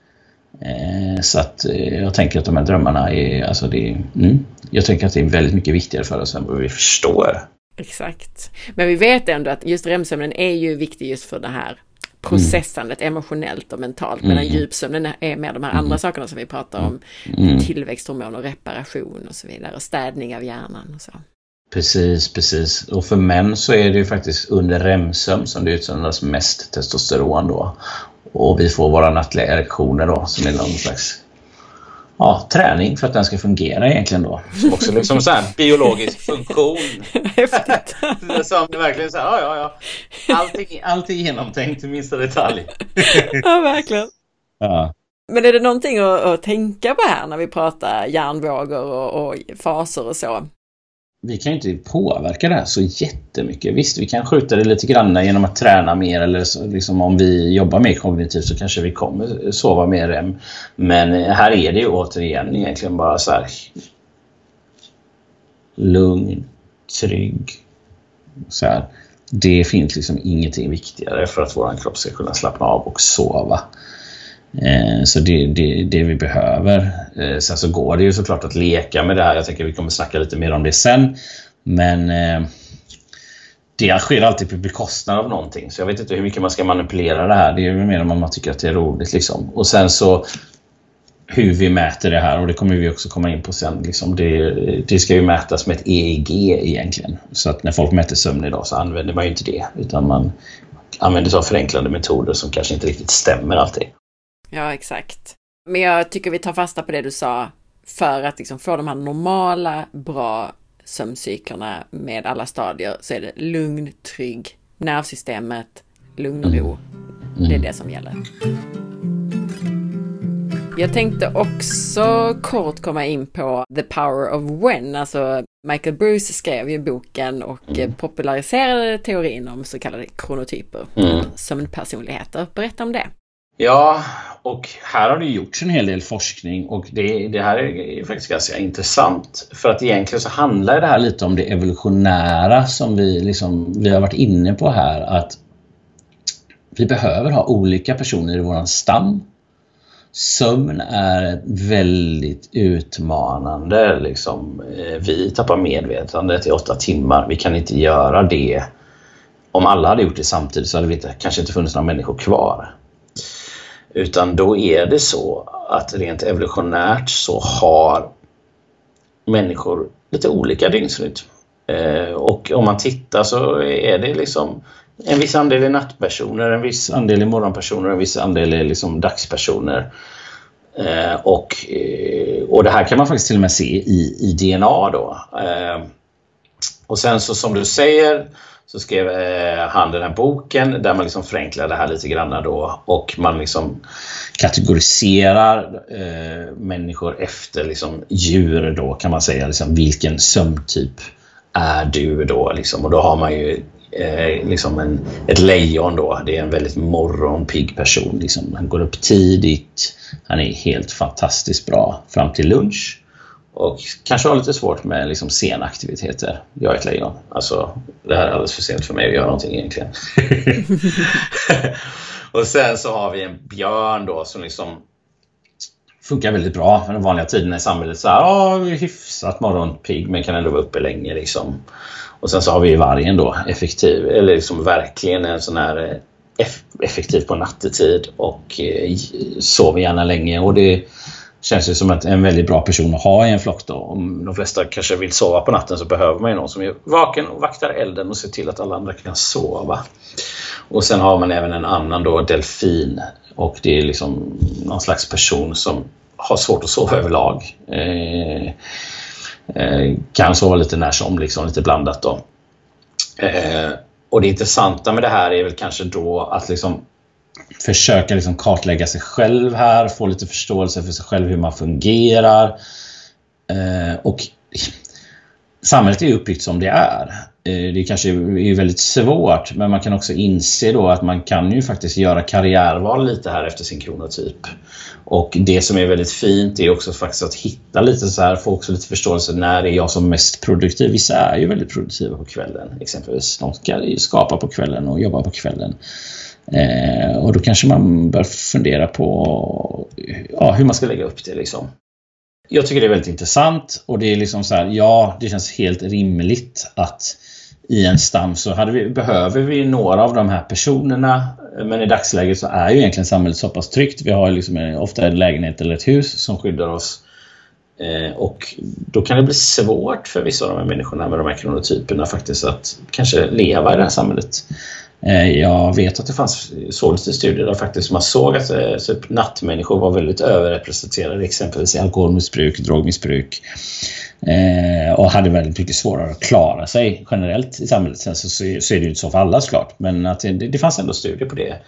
Så att jag tänker att de här drömmarna är, alltså jag tänker att det är väldigt mycket viktigare för oss än vad vi förstår. Exakt. Men vi vet ändå att just REM-sömnen är ju viktig just för det här processandet emotionellt och mentalt, medan djupsömnen är med de här andra sakerna som vi pratar om, tillväxthormon och reparation och så vidare, och städning av hjärnan och så. Precis. Och för män så är det ju faktiskt under REM-sömn som det utsöndras mest testosteron då. Och vi får våra nattliga erektioner då, som är någon slags träning för att den ska fungera egentligen då. Som också liksom så här biologisk funktion. Häftigt. Som det verkligen så här, allting genomtänkt i minsta detalj. Ja, verkligen. Ja. Men är det någonting att tänka på här när vi pratar hjärnvågor och faser och så? Vi kan ju inte påverka det här så jättemycket. Visst, vi kan skjuta det lite grann genom att träna mer, eller så, liksom om vi jobbar mer kognitivt så kanske vi kommer sova mer REM. Men här är det ju återigen egentligen bara så här lugn, trygg. Så här. Det finns liksom ingenting viktigare för att vår kropp ska kunna slappna av och sova. Så det vi behöver. Sen så går det ju såklart att leka med det här. Jag tänker vi kommer snacka lite mer om det sen. Men det sker alltid på bekostnad av någonting. Så jag vet inte hur mycket man ska manipulera det här. Det är ju mer om man tycker att det är roligt liksom. Och sen så hur vi mäter det här, och det kommer vi också komma in på sen liksom, det ska ju mätas med ett EEG egentligen. Så att när folk mäter sömn idag så använder man ju inte det, utan man använder sig av förenklande metoder som kanske inte riktigt stämmer alltid. Ja, exakt. Men jag tycker vi tar fasta på det du sa, för att liksom få de här normala, bra sömncyklerna med alla stadier, så är det lugn, trygg, nervsystemet, lugn och ro. Det är det som gäller. Jag tänkte också kort komma in på The Power of When. Alltså Michael Bruce skrev ju boken och populariserade teorin om så kallade kronotyper, sömnpersonligheter. Berätta om det. Ja, och här har det gjorts en hel del forskning och det här är faktiskt ganska intressant. För att egentligen så handlar det här lite om det evolutionära som vi har varit inne på här. Att vi behöver ha olika personer i våran stam. Sömn är väldigt utmanande. Vi tappar medvetandet i 8 timmar. Vi kan inte göra det. Om alla hade gjort det samtidigt så hade vi kanske inte funnits några människor kvar. Utan då är det så att rent evolutionärt så har människor lite olika dygnsrytm. Och om man tittar så är det en viss andel är nattpersoner, en viss andel är morgonpersoner, en viss andel är dagspersoner. Och det här kan man faktiskt till och med se i DNA då. Och sen så som du säger så skrev han den här boken där man förenklar det här lite grann då. Och man kategoriserar människor efter djur då, kan man säga. Vilken sömntyp är du då? Och då har man ju ett lejon då. Det är en väldigt morgonpigg person. Han går upp tidigt. Han är helt fantastiskt bra fram till lunch. Och kanske har lite svårt med sena aktiviteter. Jag är ett lejon. Alltså, det här är alldeles för sent för mig att göra någonting egentligen. Och sen så har vi en björn då som funkar väldigt bra för den vanliga tiden i samhället. Så här, hyfsat morgonpigg men kan ändå vara uppe länge Och sen så har vi vargen då, effektiv. Eller verkligen en sån här effektiv på nattetid och sover gärna länge. Och det känns ju som en väldigt bra person att ha i en flock då. Om de flesta kanske vill sova på natten så behöver man ju någon som är vaken och vaktar elden och ser till att alla andra kan sova. Och sen har man även en annan då, delfin. Och det är någon slags person som har svårt att sova överlag. Kan sova lite när som, lite blandat då. Och det intressanta med det här är väl kanske då att försöka kartlägga sig själv här, få lite förståelse för sig själv, hur man fungerar. Och samhället är uppbyggt som det är. Det kanske är väldigt svårt, men man kan också inse då att man kan ju faktiskt göra karriärval lite här efter sin kronotyp. Och det som är väldigt fint är också faktiskt att hitta lite så här, få också lite förståelse när är jag som mest produktiv. Vissa är ju väldigt produktiva på kvällen exempelvis. De ska skapa på kvällen och jobba på kvällen. Och då kanske man bör fundera på hur man ska lägga upp det Jag tycker det är väldigt intressant och det är så här, det känns helt rimligt att i en stam så behöver vi några av de här personerna, men i dagsläget så är ju egentligen samhället så pass tryggt. Vi har ofta en lägenhet eller ett hus som skyddar oss. Och då kan det bli svårt för vissa av de här människorna med de här kronotyperna faktiskt att kanske leva i det här samhället. Jag vet att det fanns lite studier där faktiskt man såg att typ nattmänniskor var väldigt överrepresenterade exempelvis i alkoholmissbruk, drogmissbruk och hade väldigt mycket svårare att klara sig generellt i samhället. Sen så är det ju inte så för alla såklart, men att det fanns ändå studier på det.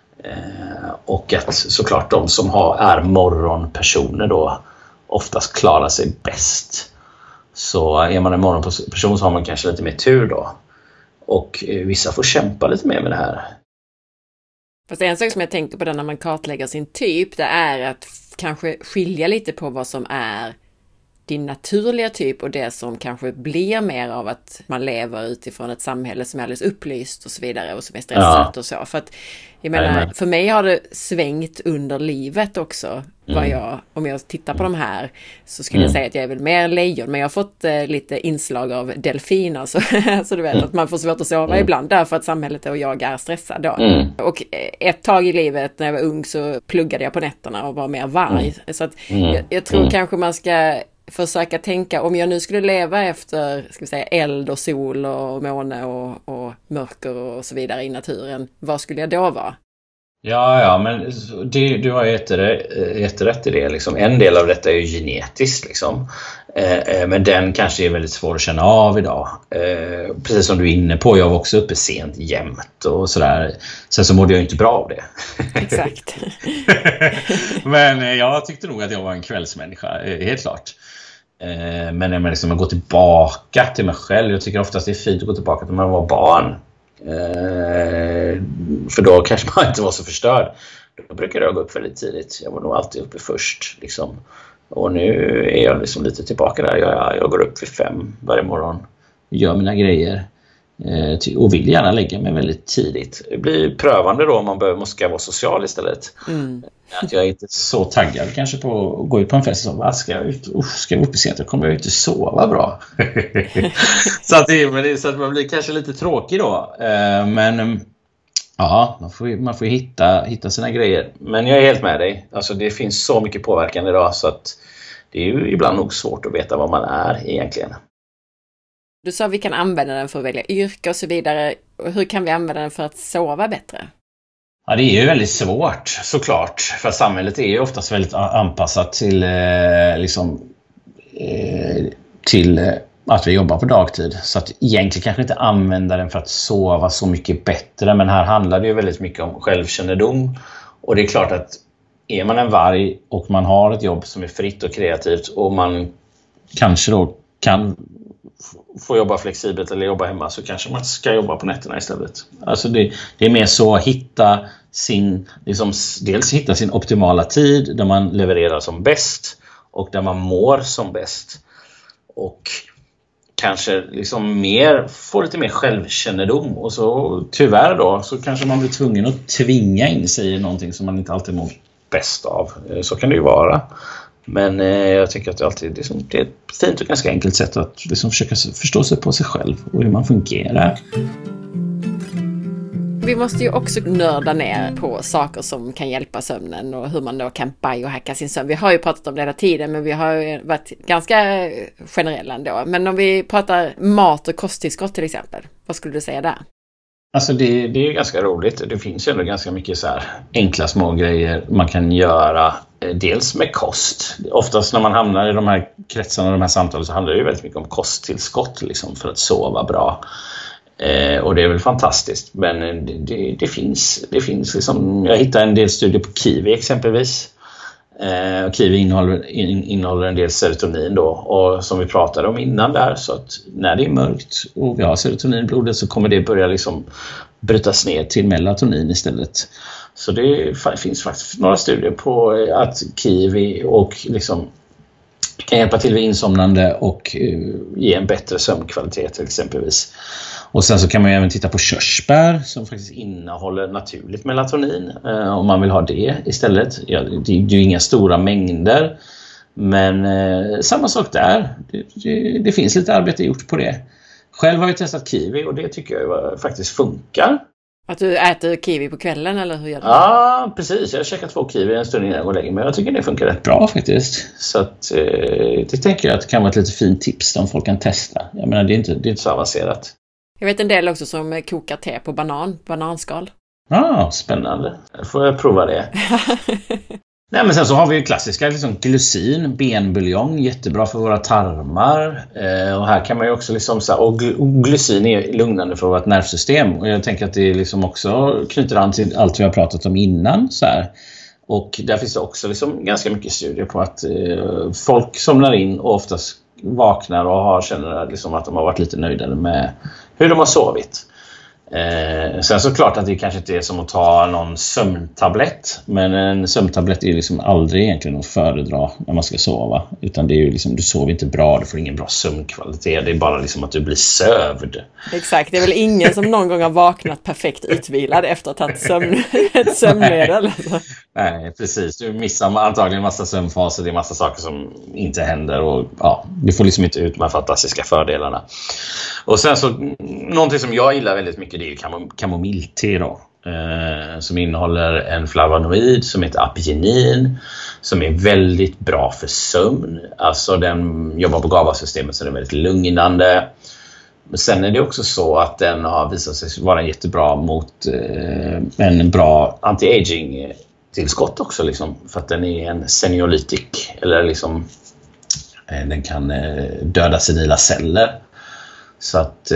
Och att såklart de som är morgonpersoner då oftast klarar sig bäst. Så är man en morgonperson så har man kanske lite mer tur då. Och vissa får kämpa lite mer med det här. Fast en sak som jag tänker på när man kartlägger sin typ, det är att kanske skilja lite på vad som är din naturliga typ och det som kanske blir mer av att man lever utifrån ett samhälle som är alldeles upplyst och så vidare och som är stressat och så. För att jag menar, för mig har det svängt under livet också. Om jag tittar på de här så skulle jag säga att jag är väl mer lejon, men jag har fått lite inslag av delfin alltså. Så du vet att man får svårt att sova ibland därför att samhället och jag är stressad då. Och ett tag i livet när jag var ung så pluggade jag på nätterna och var mer varg. Så att jag tror kanske man ska försöka tänka, om jag nu skulle leva efter eld och sol och måne och mörker och så vidare i naturen, vad skulle jag då vara? Ja, men du har jätterätt i det. Liksom. En del av detta är ju genetiskt. Liksom. Men den kanske är väldigt svår att känna av idag. Precis som du är inne på, jag var också uppe sent jämt och sådär. Sen så mådde jag inte bra av det. Exakt. Men jag tyckte nog att jag var en kvällsmänniska, helt klart. Men när man liksom går tillbaka till mig själv, jag tycker oftast det är fint att gå tillbaka till när man var barn. För då kanske man inte var så förstörd. Då brukade jag gå upp väldigt tidigt. Jag var nog alltid uppe först liksom. Och nu är jag liksom lite tillbaka där. Jag går upp vid 5 varje morgon, gör mina grejer och vill gärna lägga mig väldigt tidigt. Det blir prövande då om man måste vara social istället. Att jag är inte så taggad kanske på att gå ut på en fest och vad ska jag ut? Ska jag upp sent? Jag kommer inte sova bra. så att man blir kanske lite tråkig då. Men ja, man får hitta sina grejer. Men jag är helt med dig. Alltså det finns så mycket påverkan idag så att det är ju ibland nog svårt att veta vad man är egentligen. Du sa att vi kan använda den för att välja yrke och så vidare. Hur kan vi använda den för att sova bättre? Ja, det är ju väldigt svårt såklart. För samhället är ju oftast väldigt anpassat till att vi jobbar på dagtid. Så att egentligen kanske inte använda den för att sova så mycket bättre. Men här handlar det ju väldigt mycket om självkännedom. Och det är klart att är man en varg och man har ett jobb som är fritt och kreativt och man kanske då kan få jobba flexibelt eller jobba hemma, så kanske man ska jobba på nätterna istället. Alltså det är mer så att dels hitta sin optimala tid där man levererar som bäst och där man mår som bäst. Och kanske liksom få lite mer självkännedom. Och så tyvärr då så kanske man blir tvungen att tvinga in sig i någonting som man inte alltid mår bäst av. Så kan det ju vara. Men jag tycker att det alltid det är ett fint och ganska enkelt sätt att försöka förstå sig på sig själv och hur man fungerar. Vi måste ju också nörda ner på saker som kan hjälpa sömnen och hur man då kan biohacka sin sömn. Vi har ju pratat om det hela tiden, men vi har ju varit ganska generella ändå. Men om vi pratar mat och kosttillskott till exempel, vad skulle du säga där? Alltså det är ganska roligt. Det finns ju ändå ganska mycket så här enkla små grejer man kan göra. Dels med kost. Oftast när man hamnar i de här kretsarna och de här samtalen så handlar det ju väldigt mycket om kosttillskott liksom, för att sova bra. Och det är väl fantastiskt. Men det finns liksom, jag hittar en del studier på kiwi exempelvis. Kiwi innehåller en del serotonin då, och som vi pratade om innan där, så att när det är mörkt och vi har serotonin i blodet så kommer det börja liksom brytas ner till melatonin istället. Så det finns faktiskt några studier på att kiwi och liksom kan hjälpa till vid insomnande och ge en bättre sömnkvalitet exempelvis. Och sen så kan man ju även titta på körsbär som faktiskt innehåller naturligt melatonin om man vill ha det istället. Ja, det är ju inga stora mängder, men samma sak där. Det finns lite arbete gjort på det. Själv har jag testat kiwi och det tycker jag faktiskt funkar. Att du äter kiwi på kvällen eller hur gör du? Ja, precis. Jag har käkat 2 kiwi en stund innan jag går och lägger mig. Jag tycker det funkar rätt bra faktiskt. Så att, det tänker jag att det kan vara ett lite fint tips om folk kan testa. Jag menar, det är inte så avancerat. Jag vet en del också som kokar te på bananskal. Spännande. Får jag prova det. Nej, men sen så har vi ju klassiska liksom glycin, benbuljong, jättebra för våra tarmar. Och här kan man ju också liksom så här, och glycin är lugnande för vårt nervsystem. Och jag tänker att det liksom också knyter an till allt vi har pratat om innan så här. Och där finns det också liksom ganska mycket studier på att folk somnar in och oftast vaknar och känner liksom att de har varit lite nöjda med hur de har sovit. Sen så klart att det kanske inte är som att ta någon sömntablett, men en sömntablett är liksom aldrig egentligen att föredra när man ska sova, utan det är ju liksom, du sover inte bra, du får ingen bra sömnkvalitet, det är bara liksom att du blir sövd. Exakt, det är väl ingen som någon gång har vaknat perfekt utvilad efter att ha ett sömnmedel. Nej, precis, du missar antagligen massa sömnfaser, det är massa saker som inte händer och ja, du får liksom inte ut de här fantastiska fördelarna. Och sen så, någonting som jag gillar väldigt mycket, det är ju kamomillte då, som innehåller en flavonoid som heter apigenin, som är väldigt bra för sömn. Alltså den jobbar på GABA-systemet, så den är väldigt lugnande. Men sen är det också så att den har visat sig vara jättebra mot en bra anti-aging tillskott också liksom, för att den är en seniolytik, eller liksom den kan döda senila celler. Så att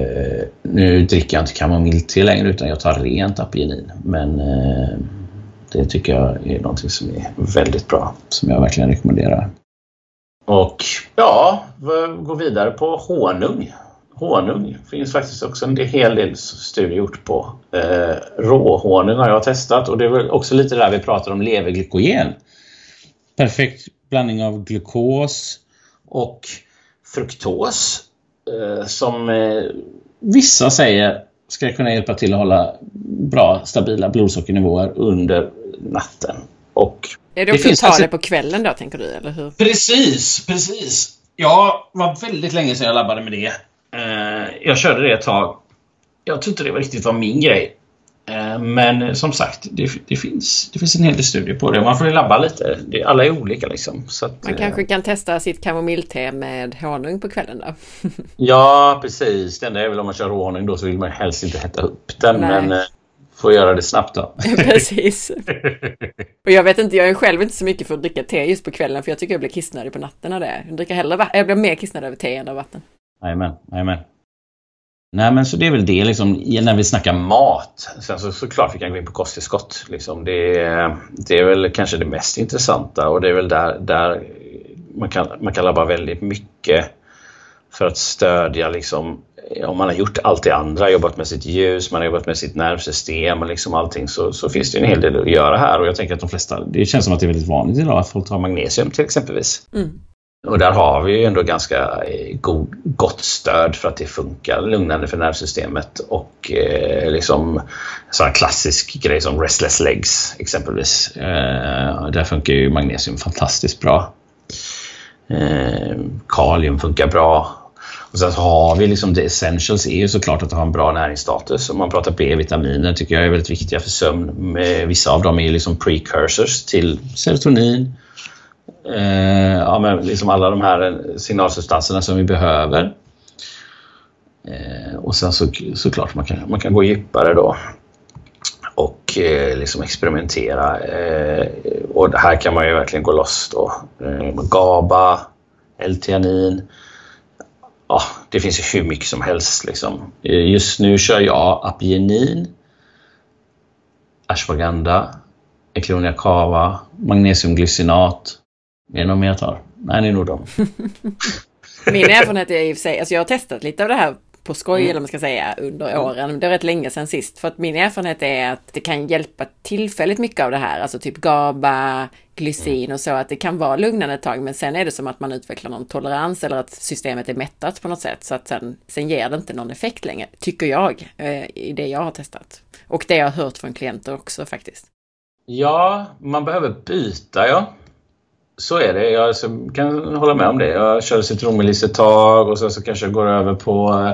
nu dricker jag inte kamomillte längre, utan jag tar rent apigenin. Men det tycker jag är någonting som är väldigt bra, som jag verkligen rekommenderar. Och ja, gå vidare på honung. Honung finns faktiskt också en hel del studier gjort på. Råhonung har jag testat, och det är väl också lite där vi pratar om leverglykogen. Perfekt blandning av glukos och fruktos, som vissa säger ska kunna hjälpa till att hålla bra, stabila blodsockernivåer under natten. Och är det också att ta det på kvällen då, tänker du, eller hur? Precis. Jag var väldigt länge sedan jag labbade med det. Jag körde det ett tag. Jag tror inte det var riktigt var min grej. Men som sagt, det finns en hel del studier på det. Man får ju labba lite. Alla är olika liksom. Så att, man kanske kan testa sitt kamomillte med honung på kvällen då. Ja, precis. Det enda är väl om man kör råhonung då, så vill man helst inte hetta upp den. Nej. Men får göra det snabbt då. Precis. Och jag vet inte, jag är själv inte så mycket för att dricka te just på kvällen, för jag tycker jag blir kissnödig på natten av det. Jag dricker hellre jag blir mer kissnödig av te än av vatten. Amen. Nej, men så det är väl det liksom, när vi snackar mat. Sen såklart vi kan gå in på kosttillskott liksom. Det är väl kanske det mest intressanta, och det är väl där man kan labba väldigt mycket för att stödja liksom, om man har gjort allt det andra, jobbat med sitt ljus, man har jobbat med sitt nervsystem och liksom allting, så finns det en hel del att göra här. Och jag tänker att de flesta, det känns som att det är väldigt vanligt idag att folk tar magnesium till exempelvis. Och där har vi ju ändå ganska gott stöd för att det funkar lugnande för nervsystemet, och liksom sån här klassisk grej som restless legs exempelvis. Där funkar ju magnesium fantastiskt bra. Kalium funkar bra. Och sen så har vi liksom the essentials är ju såklart att ha en bra näringsstatus. Om man pratar B-vitaminer tycker jag är väldigt viktiga för sömn. Vissa av dem är liksom precursors till serotonin. Ja, men liksom alla de här signalsubstanserna som vi behöver. Och sen såklart man kan gå djupare då och liksom experimentera, och det här kan man ju verkligen gå loss då. GABA, L-theanin, ja, det finns ju hur mycket som helst liksom. Just nu kör jag apigenin, ashwagandha, Ecklonia cava, magnesiumglycinat. Är det någon mer jag tar? Nej, det är nog dem. Min erfarenhet är i och för sig, alltså jag har testat lite av det här på skoj, eller man ska säga, under åren. Det är rätt länge sedan sist. För att min erfarenhet är att det kan hjälpa tillfälligt mycket av det här. Alltså typ GABA, glycin och så. Att det kan vara lugnande ett tag. Men sen är det som att man utvecklar någon tolerans, eller att systemet är mättat på något sätt. Så att sen ger det inte någon effekt längre, tycker jag, i det jag har testat. Och det jag har hört från klienter också faktiskt. Ja, man behöver byta, ja. Så är det, jag kan hålla med om det. Jag kör citronmeliss ett tag, och sen så kanske jag går över på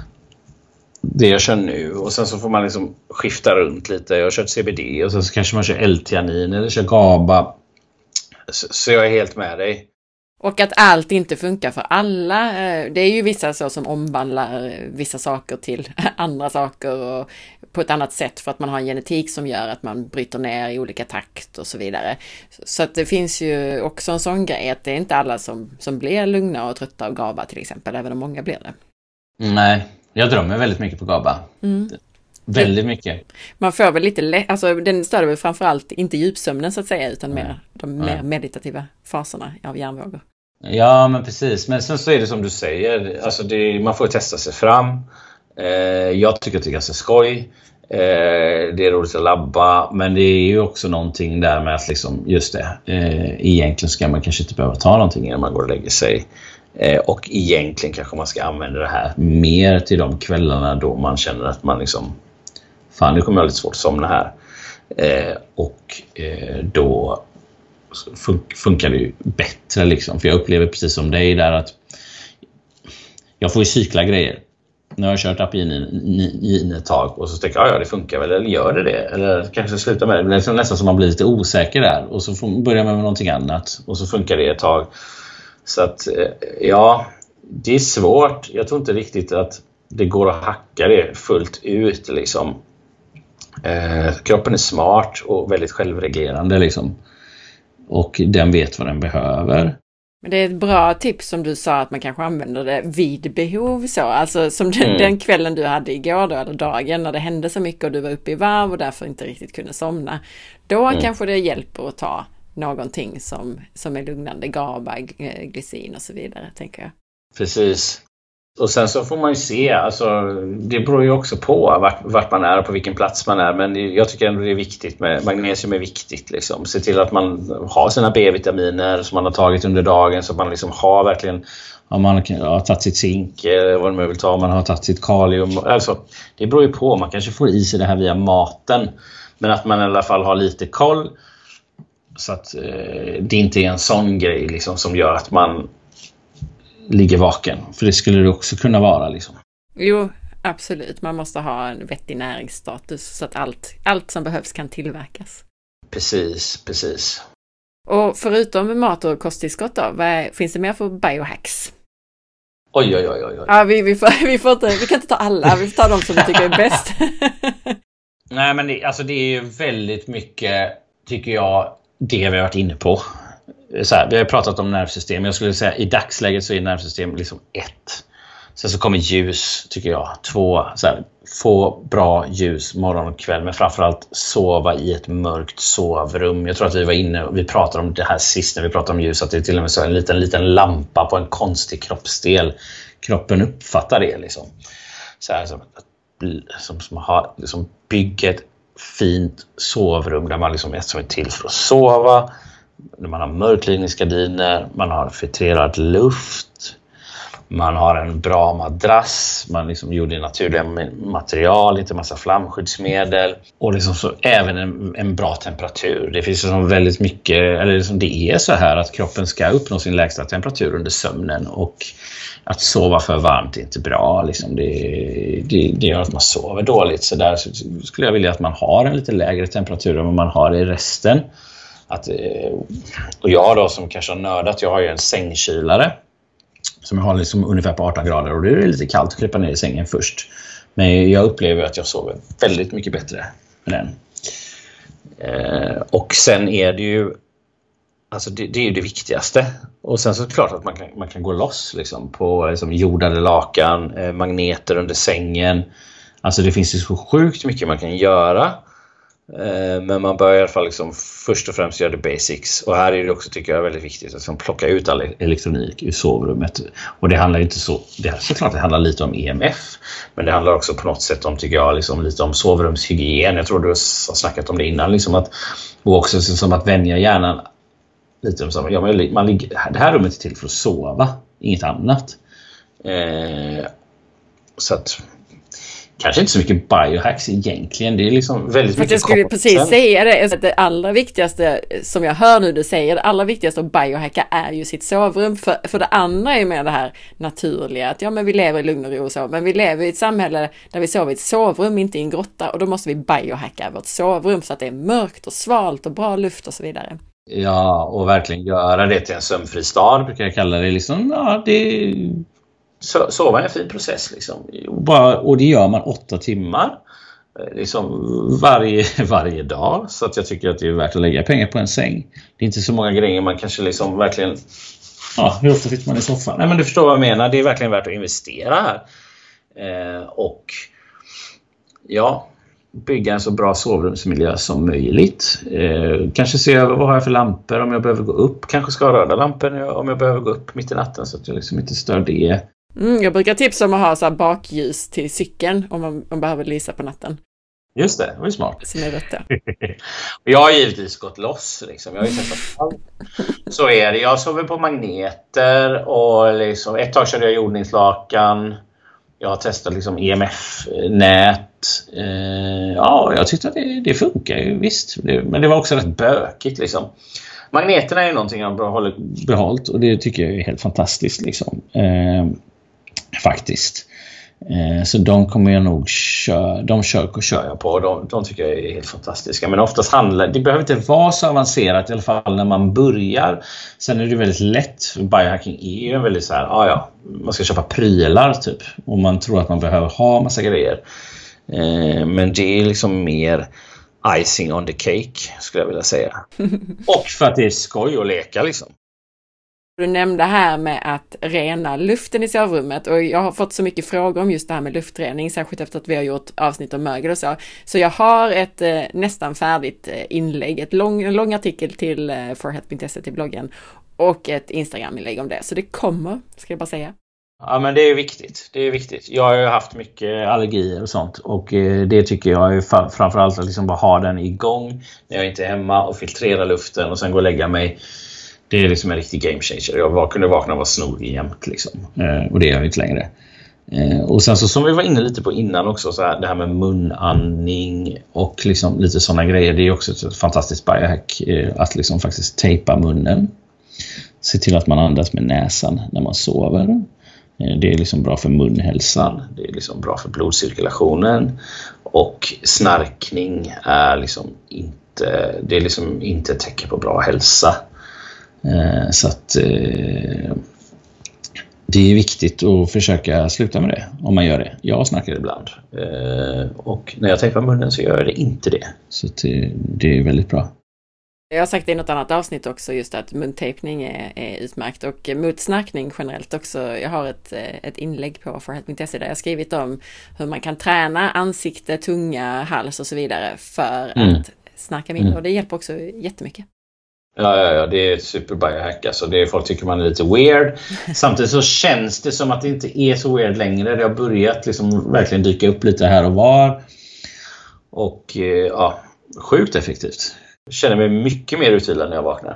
det jag kör nu. Och sen så får man liksom skifta runt lite. Jag har kört CBD, och sen så kanske man kör L-theanin eller kör GABA. Så jag är helt med dig. Och att allt inte funkar för alla. Det är ju vissa så som omvandlar vissa saker till andra saker och på ett annat sätt, för att man har en genetik som gör att man bryter ner i olika takt och så vidare. Så att det finns ju också en sån grej att det är inte alla som blir lugna och trötta av GABA till exempel, även om många blir det. Nej, jag drömmer väldigt mycket på GABA. Väldigt mycket. Man får väl lite alltså den stör väl framförallt inte djupsömnen så att säga, utan mer de mer meditativa faserna av hjärnvågor. Ja, men precis. Men sen så är det som du säger, alltså man får testa sig fram. Jag tycker att det är ganska skoj. Det är roligt att labba, men det är ju också någonting där med att liksom, just det, egentligen ska man kanske inte behöva ta någonting innan man går och lägger sig. Och egentligen kanske man ska använda det här mer till de kvällarna då man känner att man liksom, fan, nu kommer jag lite svårt att somna här. Och då funkar det ju bättre liksom. För jag upplever precis som dig där att jag får ju cykla grejer. Nu har jag kört apigenin ett tag, och så tänker jag, ja det funkar väl, eller gör det? Eller kanske sluta med det. Det är nästan som man blir lite osäker där, och så börjar man med någonting annat, och så funkar det ett tag. Så att ja, det är svårt. Jag tror inte riktigt att det går att hacka det fullt ut liksom. Kroppen är smart och väldigt självreglerande liksom. Och den vet vad den behöver. Men det är ett bra tips som du sa, att man kanske använder det vid behov så. Alltså som den kvällen du hade igår då, eller dagen när det hände så mycket och du var uppe i varv och därför inte riktigt kunde somna. Då kanske det hjälper att ta någonting som är lugnande, GABA, glycin och så vidare, tänker jag. Precis. Och sen så får man ju se, alltså det beror ju också på vart man är och på vilken plats man är, men jag tycker ändå det är viktigt med magnesium är viktigt liksom. Se till att man har sina B-vitaminer som man har tagit under dagen, så att man liksom har verkligen, om man har tagit sitt zink, vad man vill ta, man har tagit sitt kalium, alltså det beror ju på, man kanske får i sig det här via maten, men att man i alla fall har lite koll, så att det inte är en sån grej liksom som gör att man ligger vaken. För det skulle det också kunna vara liksom. Jo, absolut. Man måste ha en vettig näringsstatus så att allt som behövs kan tillverkas. Precis. Och förutom mat och kosttillskott då, finns det mer för biohacks? Oj. Ja, vi kan inte ta alla, vi får ta de som vi tycker är bäst. Nej, men det är ju väldigt mycket, tycker jag, det vi har varit inne på. Så här, vi har pratat om nervsystem. Jag skulle säga i dagsläget så är nervsystem liksom 1. Sen så kommer ljus, tycker jag. 2, så här, få bra ljus morgon och kväll, men framförallt sova i ett mörkt sovrum. Jag tror att vi var inne och vi pratade om det här sist när vi pratade om ljus, att det är till och med så en liten lampa på en konstig kroppsdel. Kroppen uppfattar det liksom. Så här, som har liksom bygger ett fint sovrum där man liksom är till för att sova. Man har mörkläggningsgardiner, man har filtrerad luft, man har en bra madrass, man liksom gjorde naturliga material, inte massa flamskyddsmedel, och liksom så även en bra temperatur. Det finns liksom väldigt mycket, eller liksom det är så här att kroppen ska uppnå sin lägsta temperatur under sömnen, och att sova för varmt är inte bra liksom. Det gör att man sover dåligt, så där skulle jag vilja att man har en lite lägre temperatur än vad man har i resten. Och jag då som kanske har nördat, jag har ju en sängkylare som jag har liksom ungefär på 18 grader, och det är lite kallt att klippa ner i sängen först, men jag upplever att jag sover väldigt mycket bättre med den. Och sen är det ju, alltså det är ju det viktigaste, och sen så är det klart att man kan gå loss liksom på liksom jordade lakan, magneter under sängen, alltså det finns ju så sjukt mycket man kan göra. Men man bör i alla fall liksom först och främst göra det basics. Och här är det också, tycker jag, väldigt viktigt att liksom plocka ut all elektronik ur sovrummet. Och det handlar inte så, såklart det handlar lite om EMF, men det handlar också på något sätt om, tycker jag, liksom lite om sovrumshygien. Jag tror du har snackat om det innan liksom, att, och också som att vänja hjärnan lite om samma. Ja, det här rummet är till för att sova, inget annat. Så att kanske inte så mycket biohacks egentligen. Det är liksom väldigt mycket. Jag skulle precis säga det. Det allra viktigaste, som jag hör nu du säger, det allra viktigaste att biohacka är ju sitt sovrum. För det andra är med det här naturliga. Att men vi lever i lugn och ro och så. Men vi lever i ett samhälle där vi sover i ett sovrum, inte i en grotta. Och då måste vi biohacka vårt sovrum så att det är mörkt och svalt och bra luft och så vidare. Ja, och verkligen göra det till en sömnfri stad, brukar jag kalla det. Liksom, ja, det sova är en fin process liksom. Och det gör man 8 timmar liksom varje dag, så att jag tycker att det är värt att lägga pengar på en säng. Det är inte så många grejer man kanske liksom verkligen, hur ofta sitter man i soffan? Nej, men du förstår vad jag menar, det är verkligen värt att investera här. Och bygga en så bra sovrumsmiljö som möjligt. Kanske se över vad har jag för lampor om jag behöver gå upp. Kanske ska ha röda lampor om jag behöver gå upp mitt i natten, så att jag liksom inte stör det. Jag brukar tipsa om att ha så här bakljus till cykeln om man behöver lysa på natten. Just det, det var smart. Som är rätt. Jag har givetvis gått loss liksom. Jag har ju testat allt. Så är det. Jag sover på magneter och liksom, ett tag körde jag jordningslakan. Jag har testat liksom EMF-nät. Jag tyckte att det funkar ju, visst. Men det var också rätt bökigt liksom. Magneterna är ju någonting jag har behållit, och det tycker jag är helt fantastiskt liksom. Faktiskt. Så de kommer jag nog köra. De kör jag på. De tycker jag är helt fantastiska. Men oftast det behöver inte vara så avancerat, i alla fall när man börjar. Sen är det väldigt lätt. Biohacking är ju väldigt så här, man ska köpa prylar typ. Och man tror att man behöver ha massa grejer. Men det är liksom mer icing on the cake, skulle jag vilja säga. Och för att det är skoj att leka liksom. Du nämnde här med att rena luften i sovrummet, och jag har fått så mycket frågor om just det här med luftrening, särskilt efter att vi har gjort avsnitt om mögel och så. Så jag har ett nästan färdigt inlägg, en lång artikel till forhealth.se till bloggen och ett Instagram-inlägg om det. Så det kommer, ska jag bara säga. Ja, men det är viktigt. Det är viktigt. Jag har ju haft mycket allergier och sånt. Och det tycker jag är framförallt att liksom bara ha den igång när jag inte är hemma och filtrera luften och sen gå och lägga mig. Det är liksom en riktig game changer. Jag kunde vakna och vara snorig jämt liksom. Och det är jag inte längre. Och sen så som vi var inne lite på innan också, så här, det här med munandning och liksom lite sådana grejer. Det är också ett fantastiskt biohack att liksom faktiskt tejpa munnen. Se till att man andas med näsan när man sover. Det är liksom bra för munhälsan. Det är liksom bra för blodcirkulationen. Och snarkning är liksom inte ett tecken på bra hälsa. Så att det är viktigt att försöka sluta med det om man gör det. Jag snackar ibland. Och när jag tejpar munnen så gör jag det inte det. Så det är väldigt bra. Jag har sagt det i något annat avsnitt också, just att muntejpning är utmärkt, och mot snarkning generellt också. Jag har ett inlägg på forhealth.se där jag skrivit om hur man kan träna ansikte, tunga, hals och så vidare för att snarka mindre. Och det hjälper också jättemycket. Ja, det är ett super biohack. Alltså folk tycker man är lite weird. Samtidigt så känns det som att det inte är så weird längre. Det har börjat liksom verkligen dyka upp lite här och var. Och sjukt effektivt. Jag känner mig mycket mer utvilad när jag vaknar.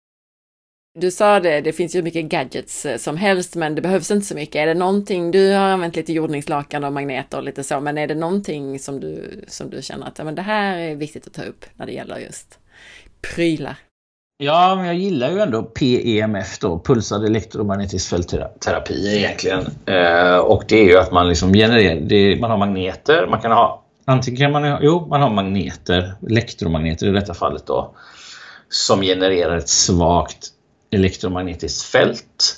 Du sa det finns ju mycket gadgets som helst, men det behövs inte så mycket. Är det någonting, du har använt lite jordningslakan och magneter och lite så, men är det någonting som du känner att men det här är viktigt att ta upp när det gäller just prylar? Ja, men jag gillar ju ändå PEMF då, pulsad elektromagnetisk fältterapi egentligen. Och det är ju att man liksom genererar, man har magneter, man kan ha antingen man har magneter, elektromagneter i detta fallet då, som genererar ett svagt elektromagnetiskt fält.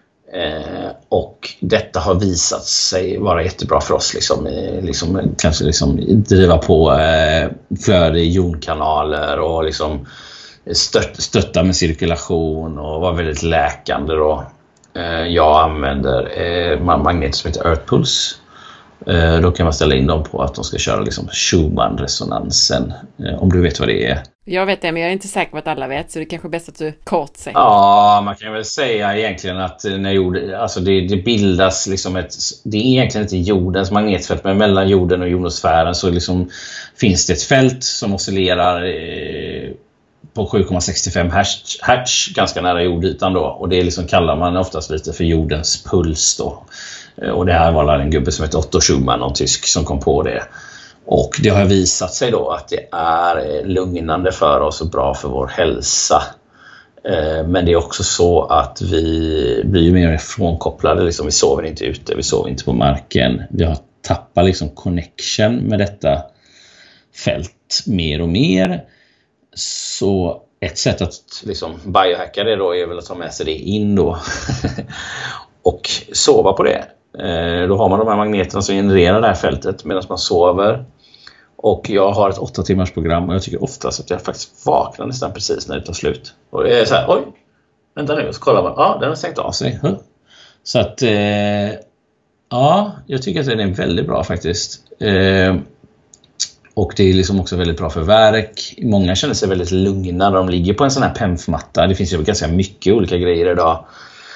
Och detta har visat sig vara jättebra för oss kanske driva på flöde i jonkanaler och liksom stötta med cirkulation och vara väldigt läkande då. Jag använder magneter som heter Earth Pulse. Då kan man ställa in dem på att de ska köra liksom Schumann-resonansen, om du vet vad det är. Jag vet det, men jag är inte säker på att alla vet, så det är kanske bäst att du kort säger. Ja, man kan väl säga egentligen att det bildas liksom det är egentligen inte jordens magnetfält, men mellan jorden och jonosfären så liksom finns det ett fält som oscillerar på 7,65 hertz ganska nära jordytan då, och det liksom kallar man oftast lite för jordens puls då. Och det här var en gubbe som heter Otto Schumann, någon tysk, som kom på det. Och det har visat sig då att det är lugnande för oss och bra för vår hälsa. Men det är också så att vi blir mer frånkopplade. Liksom, vi sover inte ute, vi sover inte på marken. Vi har tappat liksom connection med detta fält mer och mer. Så ett sätt att liksom biohacka det då är väl att ta med sig det in då. Och sova på det. Då har man de här magneterna som genererar det här fältet medan man sover. Och jag har ett 8 timmars program och jag tycker oftast att jag faktiskt vaknar nästan precis när det tar slut. Och det är så här, oj, vänta nu, och så kollar man, den har stängt av sig. Så att, jag tycker att den är väldigt bra faktiskt. Och det är liksom också väldigt bra för värk. Många känner sig väldigt lugna när de ligger på en sån här PEMF-matta. Det finns ju ganska mycket olika grejer idag.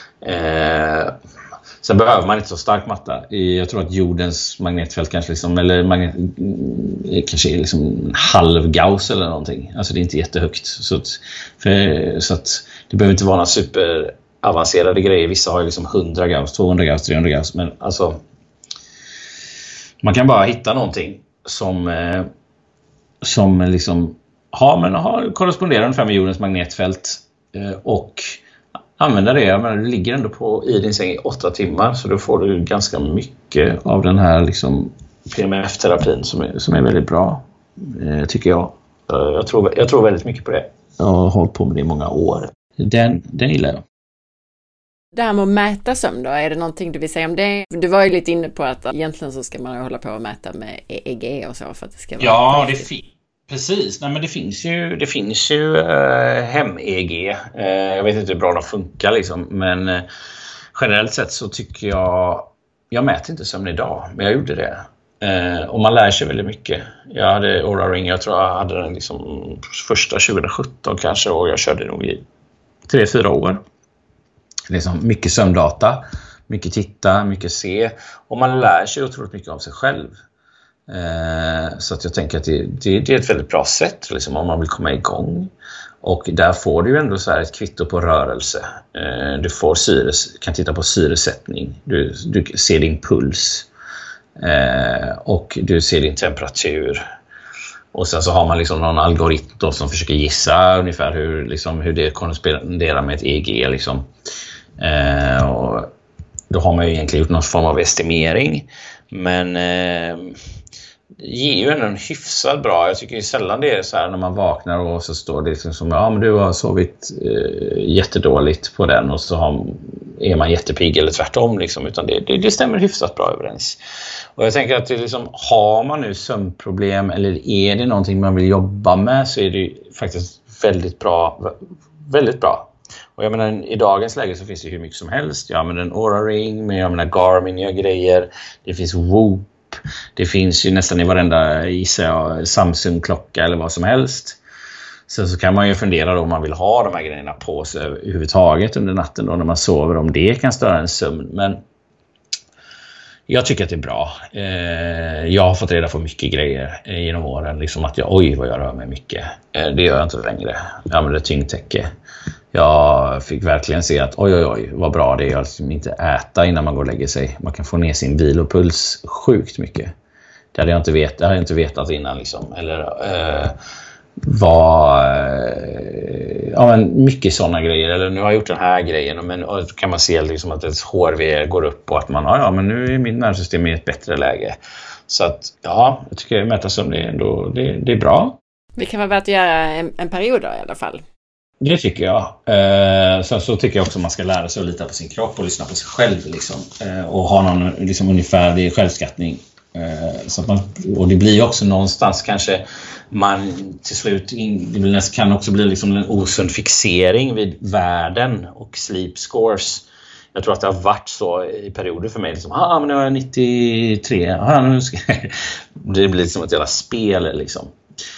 Sen behöver man inte så stark matta. Jag tror att jordens magnetfält kanske kanske är liksom en halv Gauss eller någonting. Alltså det är inte jättehögt. Så att det behöver inte vara några superavancerade grejer. Vissa har ju liksom 100 Gauss, 200 Gauss, 300 Gauss. Men alltså man kan bara hitta någonting som liksom har korresponderar ungefär med jordens magnetfält och använda det. Men du ligger ändå i din säng i 8 timmar, så då får du ganska mycket av den här liksom PMF-terapin som är väldigt bra, tycker jag. Jag tror väldigt mycket på det. Jag har hållit på med det i många år. Den gillar jag. Det här med att mäta sömn då, är det någonting du vill säga om det? Du var ju lite inne på att egentligen så ska man ju hålla på och mäta med EEG och så för att det ska vara... Ja, precis. Nej, men det finns ju hem-EEG. Jag vet inte hur bra de funkar liksom, men generellt sett så tycker jag mäter inte sömn idag, men jag gjorde det. Och man lär sig väldigt mycket. Jag hade Oura Ring, jag tror jag hade den liksom första 2017 kanske, och jag körde nog i 3-4 år. Liksom mycket sömndata, mycket titta, mycket se, och man lär sig otroligt mycket av sig själv. Så att jag tänker att det är ett väldigt bra sätt liksom, om man vill komma igång. Och där får du ju ändå så här ett kvitto på rörelse. Du får kan titta på syresättning, du ser din puls, och du ser din temperatur. Och sen så har man liksom någon algoritm då som försöker gissa ungefär hur det korresponderar med ett EEG liksom. Och då har man ju egentligen gjort någon form av estimering, men det ger ju ändå en hyfsad bra. Jag tycker ju sällan det är så här när man vaknar och så står det liksom som men du har sovit jättedåligt på den, och så är man jättepigg eller tvärtom liksom, utan det stämmer hyfsat bra överens. Och jag tänker att det liksom, har man nu sömnproblem eller är det någonting man vill jobba med, så är det ju faktiskt väldigt bra. Och jag menar, i dagens läge så finns det hur mycket som helst. Jag använder en Oura Ring, men jag menar Garmin gör grejer. Det finns Whoop. Det finns ju nästan i varenda Samsung-klocka eller vad som helst. Så kan man ju fundera då om man vill ha de här grejerna på sig överhuvudtaget under natten då när man sover, om det kan störa en sömn. Men jag tycker att det är bra. Jag har fått reda på mycket grejer genom åren. Liksom att vad jag rör mig mycket. Det gör jag inte längre. Jag använder tyngdtäcke. Jag fick verkligen se att oj, vad bra det är att liksom inte äta innan man går och lägger sig. Man kan få ner sin vilopuls sjukt mycket. Det hade jag inte vetat innan liksom. Eller men mycket sådana grejer. Eller nu har jag gjort den här grejen, men kan man se liksom att ett HRV går upp och att man men nu är mitt nervsystem i ett bättre läge. Så att jag tycker att mäta sömn det är bra. Det kan vara värt att göra en period då, i alla fall. Det tycker jag. Sen så tycker jag också att man ska lära sig att lita på sin kropp och lyssna på sig själv liksom. Och ha någon liksom ungefärlig självskattning. Så att och det blir ju också någonstans kanske man till slut det kan också bli liksom en osund fixering vid värden och sleep scores. Jag tror att det har varit så i perioder för mig liksom, men nu är jag 93. Nu ska det blir liksom ett jävla spel liksom.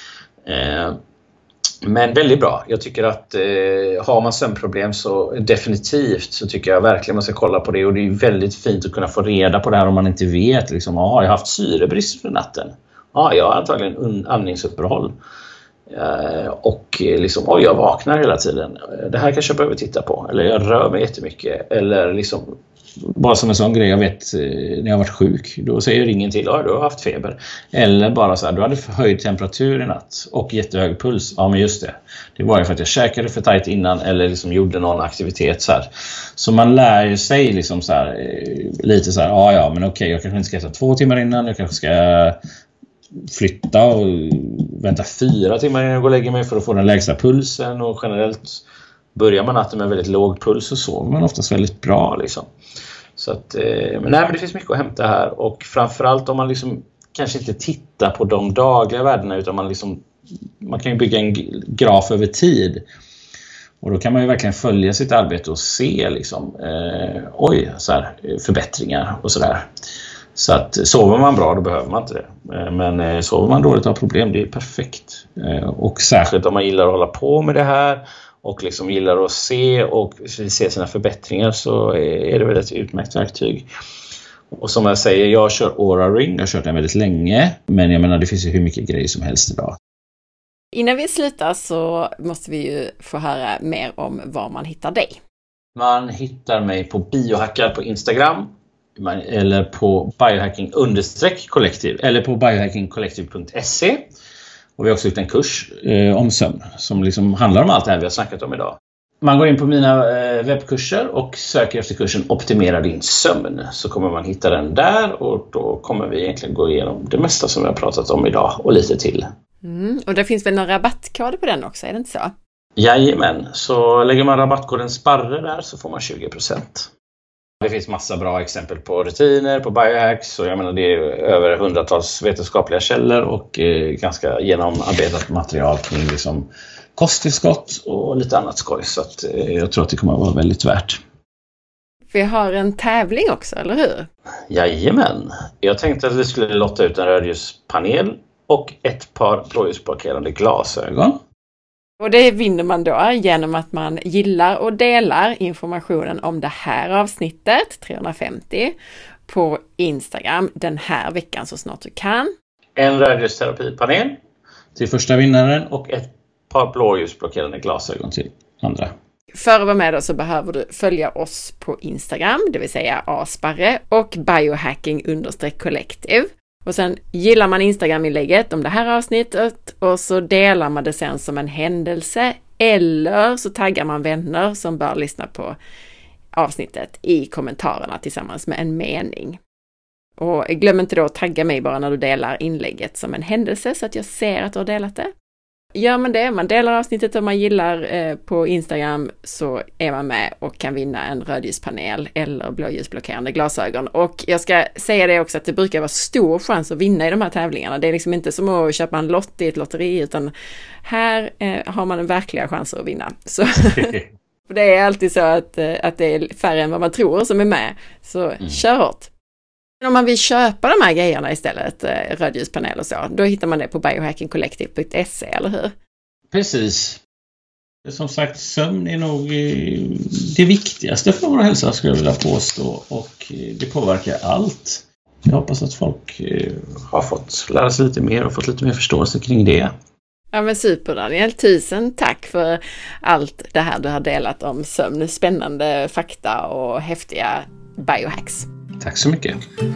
Men väldigt bra. Jag tycker att har man sömnproblem så definitivt så tycker jag verkligen man ska kolla på det. Och det är ju väldigt fint att kunna få reda på det här om man inte vet. Liksom, har jag haft syrebrist för natten? Jag har antagligen andningsuppehåll. Och liksom, jag vaknar hela tiden. Det här kanske jag behöver titta på. Eller jag rör mig jättemycket. Eller liksom, bara som en sån grej, jag vet när jag har varit sjuk, då säger ringen till, du har haft feber. Eller bara så här, du hade höjd temperatur i natt och jättehög puls. Ja, men just det. Det var ju för att jag käkade för tajt innan eller liksom gjorde någon aktivitet så här. Så man lär ju sig liksom så här, lite så här, men okej, jag kanske inte ska äta 2 timmar innan, jag kanske ska flytta och vänta 4 timmar innan jag går och lägger mig för att få den lägsta pulsen. Och generellt börjar man natten med väldigt låg puls så sover man oftast väldigt bra liksom. Så att, men det finns mycket att hämta här. Och framförallt om man liksom kanske inte tittar på de dagliga värdena, utan man kan ju bygga en graf över tid. Och då kan man ju verkligen följa sitt arbete och se liksom, så här, förbättringar och sådär. Så att sover man bra, då behöver man inte det. Men sover man dåligt och har problem, det är perfekt. Och särskilt om man gillar att hålla på med det här och liksom gillar att se sina förbättringar, så är det väl ett utmärkt verktyg. Och som jag säger, jag kör Oura Ring, jag har kört den väldigt länge, men jag menar det finns ju hur mycket grejer som helst idag. Innan vi slutar så måste vi ju få höra mer om var man hittar dig. Man hittar mig på Biohackar på Instagram eller på biohacking_kollektiv eller på biohackingkollektiv.se. Och vi har också gjort en kurs om sömn som liksom handlar om allt det här vi har snackat om idag. Man går in på mina webbkurser och söker efter kursen Optimera din sömn, så kommer man hitta den där, och då kommer vi egentligen gå igenom det mesta som vi har pratat om idag och lite till. Och det finns väl någon rabattkod på den också, är det inte så? Jajamän, så lägger man rabattkoden SPARRE där så får man 20%. Det finns massa bra exempel på rutiner, på biohacks, och jag menar det är över hundratals vetenskapliga källor och ganska genomarbetat material kring liksom kosttillskott och lite annat skoj, så att jag tror att det kommer att vara väldigt värt. Vi har en tävling också, eller hur? Jajamän, jag tänkte att vi skulle lotta ut en rödljuspanel och ett par blåljusblockerande glasögon. Och det vinner man då genom att man gillar och delar informationen om det här avsnittet, 350, på Instagram den här veckan så snart du kan. En rödljusterapipanel till första vinnaren och ett par blåljusblockerande glasögon till andra. För att vara med då så behöver du följa oss på Instagram, det vill säga asparre och biohacking_collective. Och sen gillar man Instagram-inlägget om det här avsnittet och så delar man det sen som en händelse, eller så taggar man vänner som bör lyssna på avsnittet i kommentarerna tillsammans med en mening. Och glöm inte då att tagga mig bara när du delar inlägget som en händelse så att jag ser att du har delat det. Gör man det, man delar avsnittet och man gillar på Instagram, så är man med och kan vinna en rödljuspanel eller blåljusblockerande glasögon. Och jag ska säga det också att det brukar vara stor chans att vinna i de här tävlingarna. Det är liksom inte som att köpa en lott i ett lotteri, utan här har man en verkliga chans att vinna. Så för det är alltid så att det är färre än vad man tror som är med. Så kör hårt. Om man vill köpa de här grejerna istället, rödljuspanel och så, då hittar man det på biohackingcollective.se, eller hur? Precis. Som sagt, sömn är nog det viktigaste för vår hälsa, skulle jag vilja påstå, och det påverkar allt. Jag hoppas att folk har fått lära sig lite mer och fått lite mer förståelse kring det. Ja, men super Daniel, tusen tack för allt det här du har delat om sömn, spännande fakta och häftiga biohacks. Tack så mycket.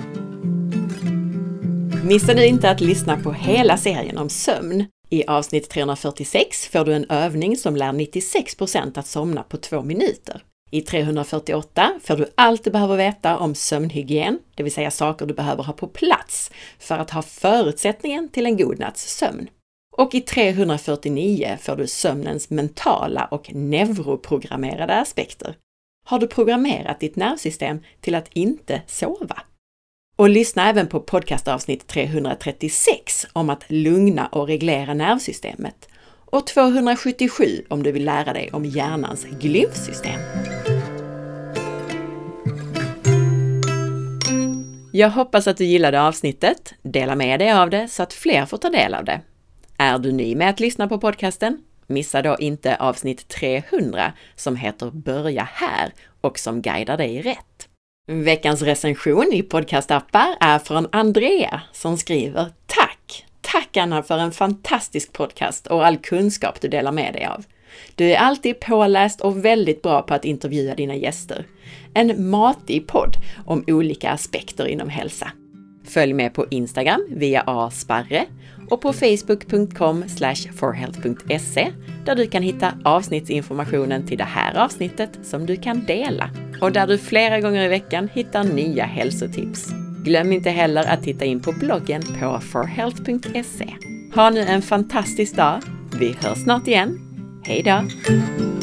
Missa nu inte att lyssna på hela serien om sömn. I avsnitt 346 får du en övning som lär 96% att somna på 2 minuter. I 348 får du allt du behöver veta om sömnhygien, det vill säga saker du behöver ha på plats för att ha förutsättningen till en god natts sömn. Och i 349 får du sömnens mentala och neuroprogrammerade aspekter. Har du programmerat ditt nervsystem till att inte sova? Och lyssna även på podcastavsnitt 336 om att lugna och reglera nervsystemet. Och 277 om du vill lära dig om hjärnans glymfsystem. Jag hoppas att du gillade avsnittet. Dela med dig av det så att fler får ta del av det. Är du ny med att lyssna på podcasten? Missa då inte avsnitt 300 som heter Börja här och som guidar dig rätt. Veckans recension i podcastappar är från Andrea som skriver: Tack Anna för en fantastisk podcast och all kunskap du delar med dig av. Du är alltid påläst och väldigt bra på att intervjua dina gäster. En matig podd om olika aspekter inom hälsa. Följ med på Instagram via asparre och på facebook.com/forhealth.se där du kan hitta avsnittsinformationen till det här avsnittet som du kan dela och där du flera gånger i veckan hittar nya hälsotips. Glöm inte heller att titta in på bloggen på forhealth.se. Ha nu en fantastisk dag. Vi hörs snart igen. Hej då!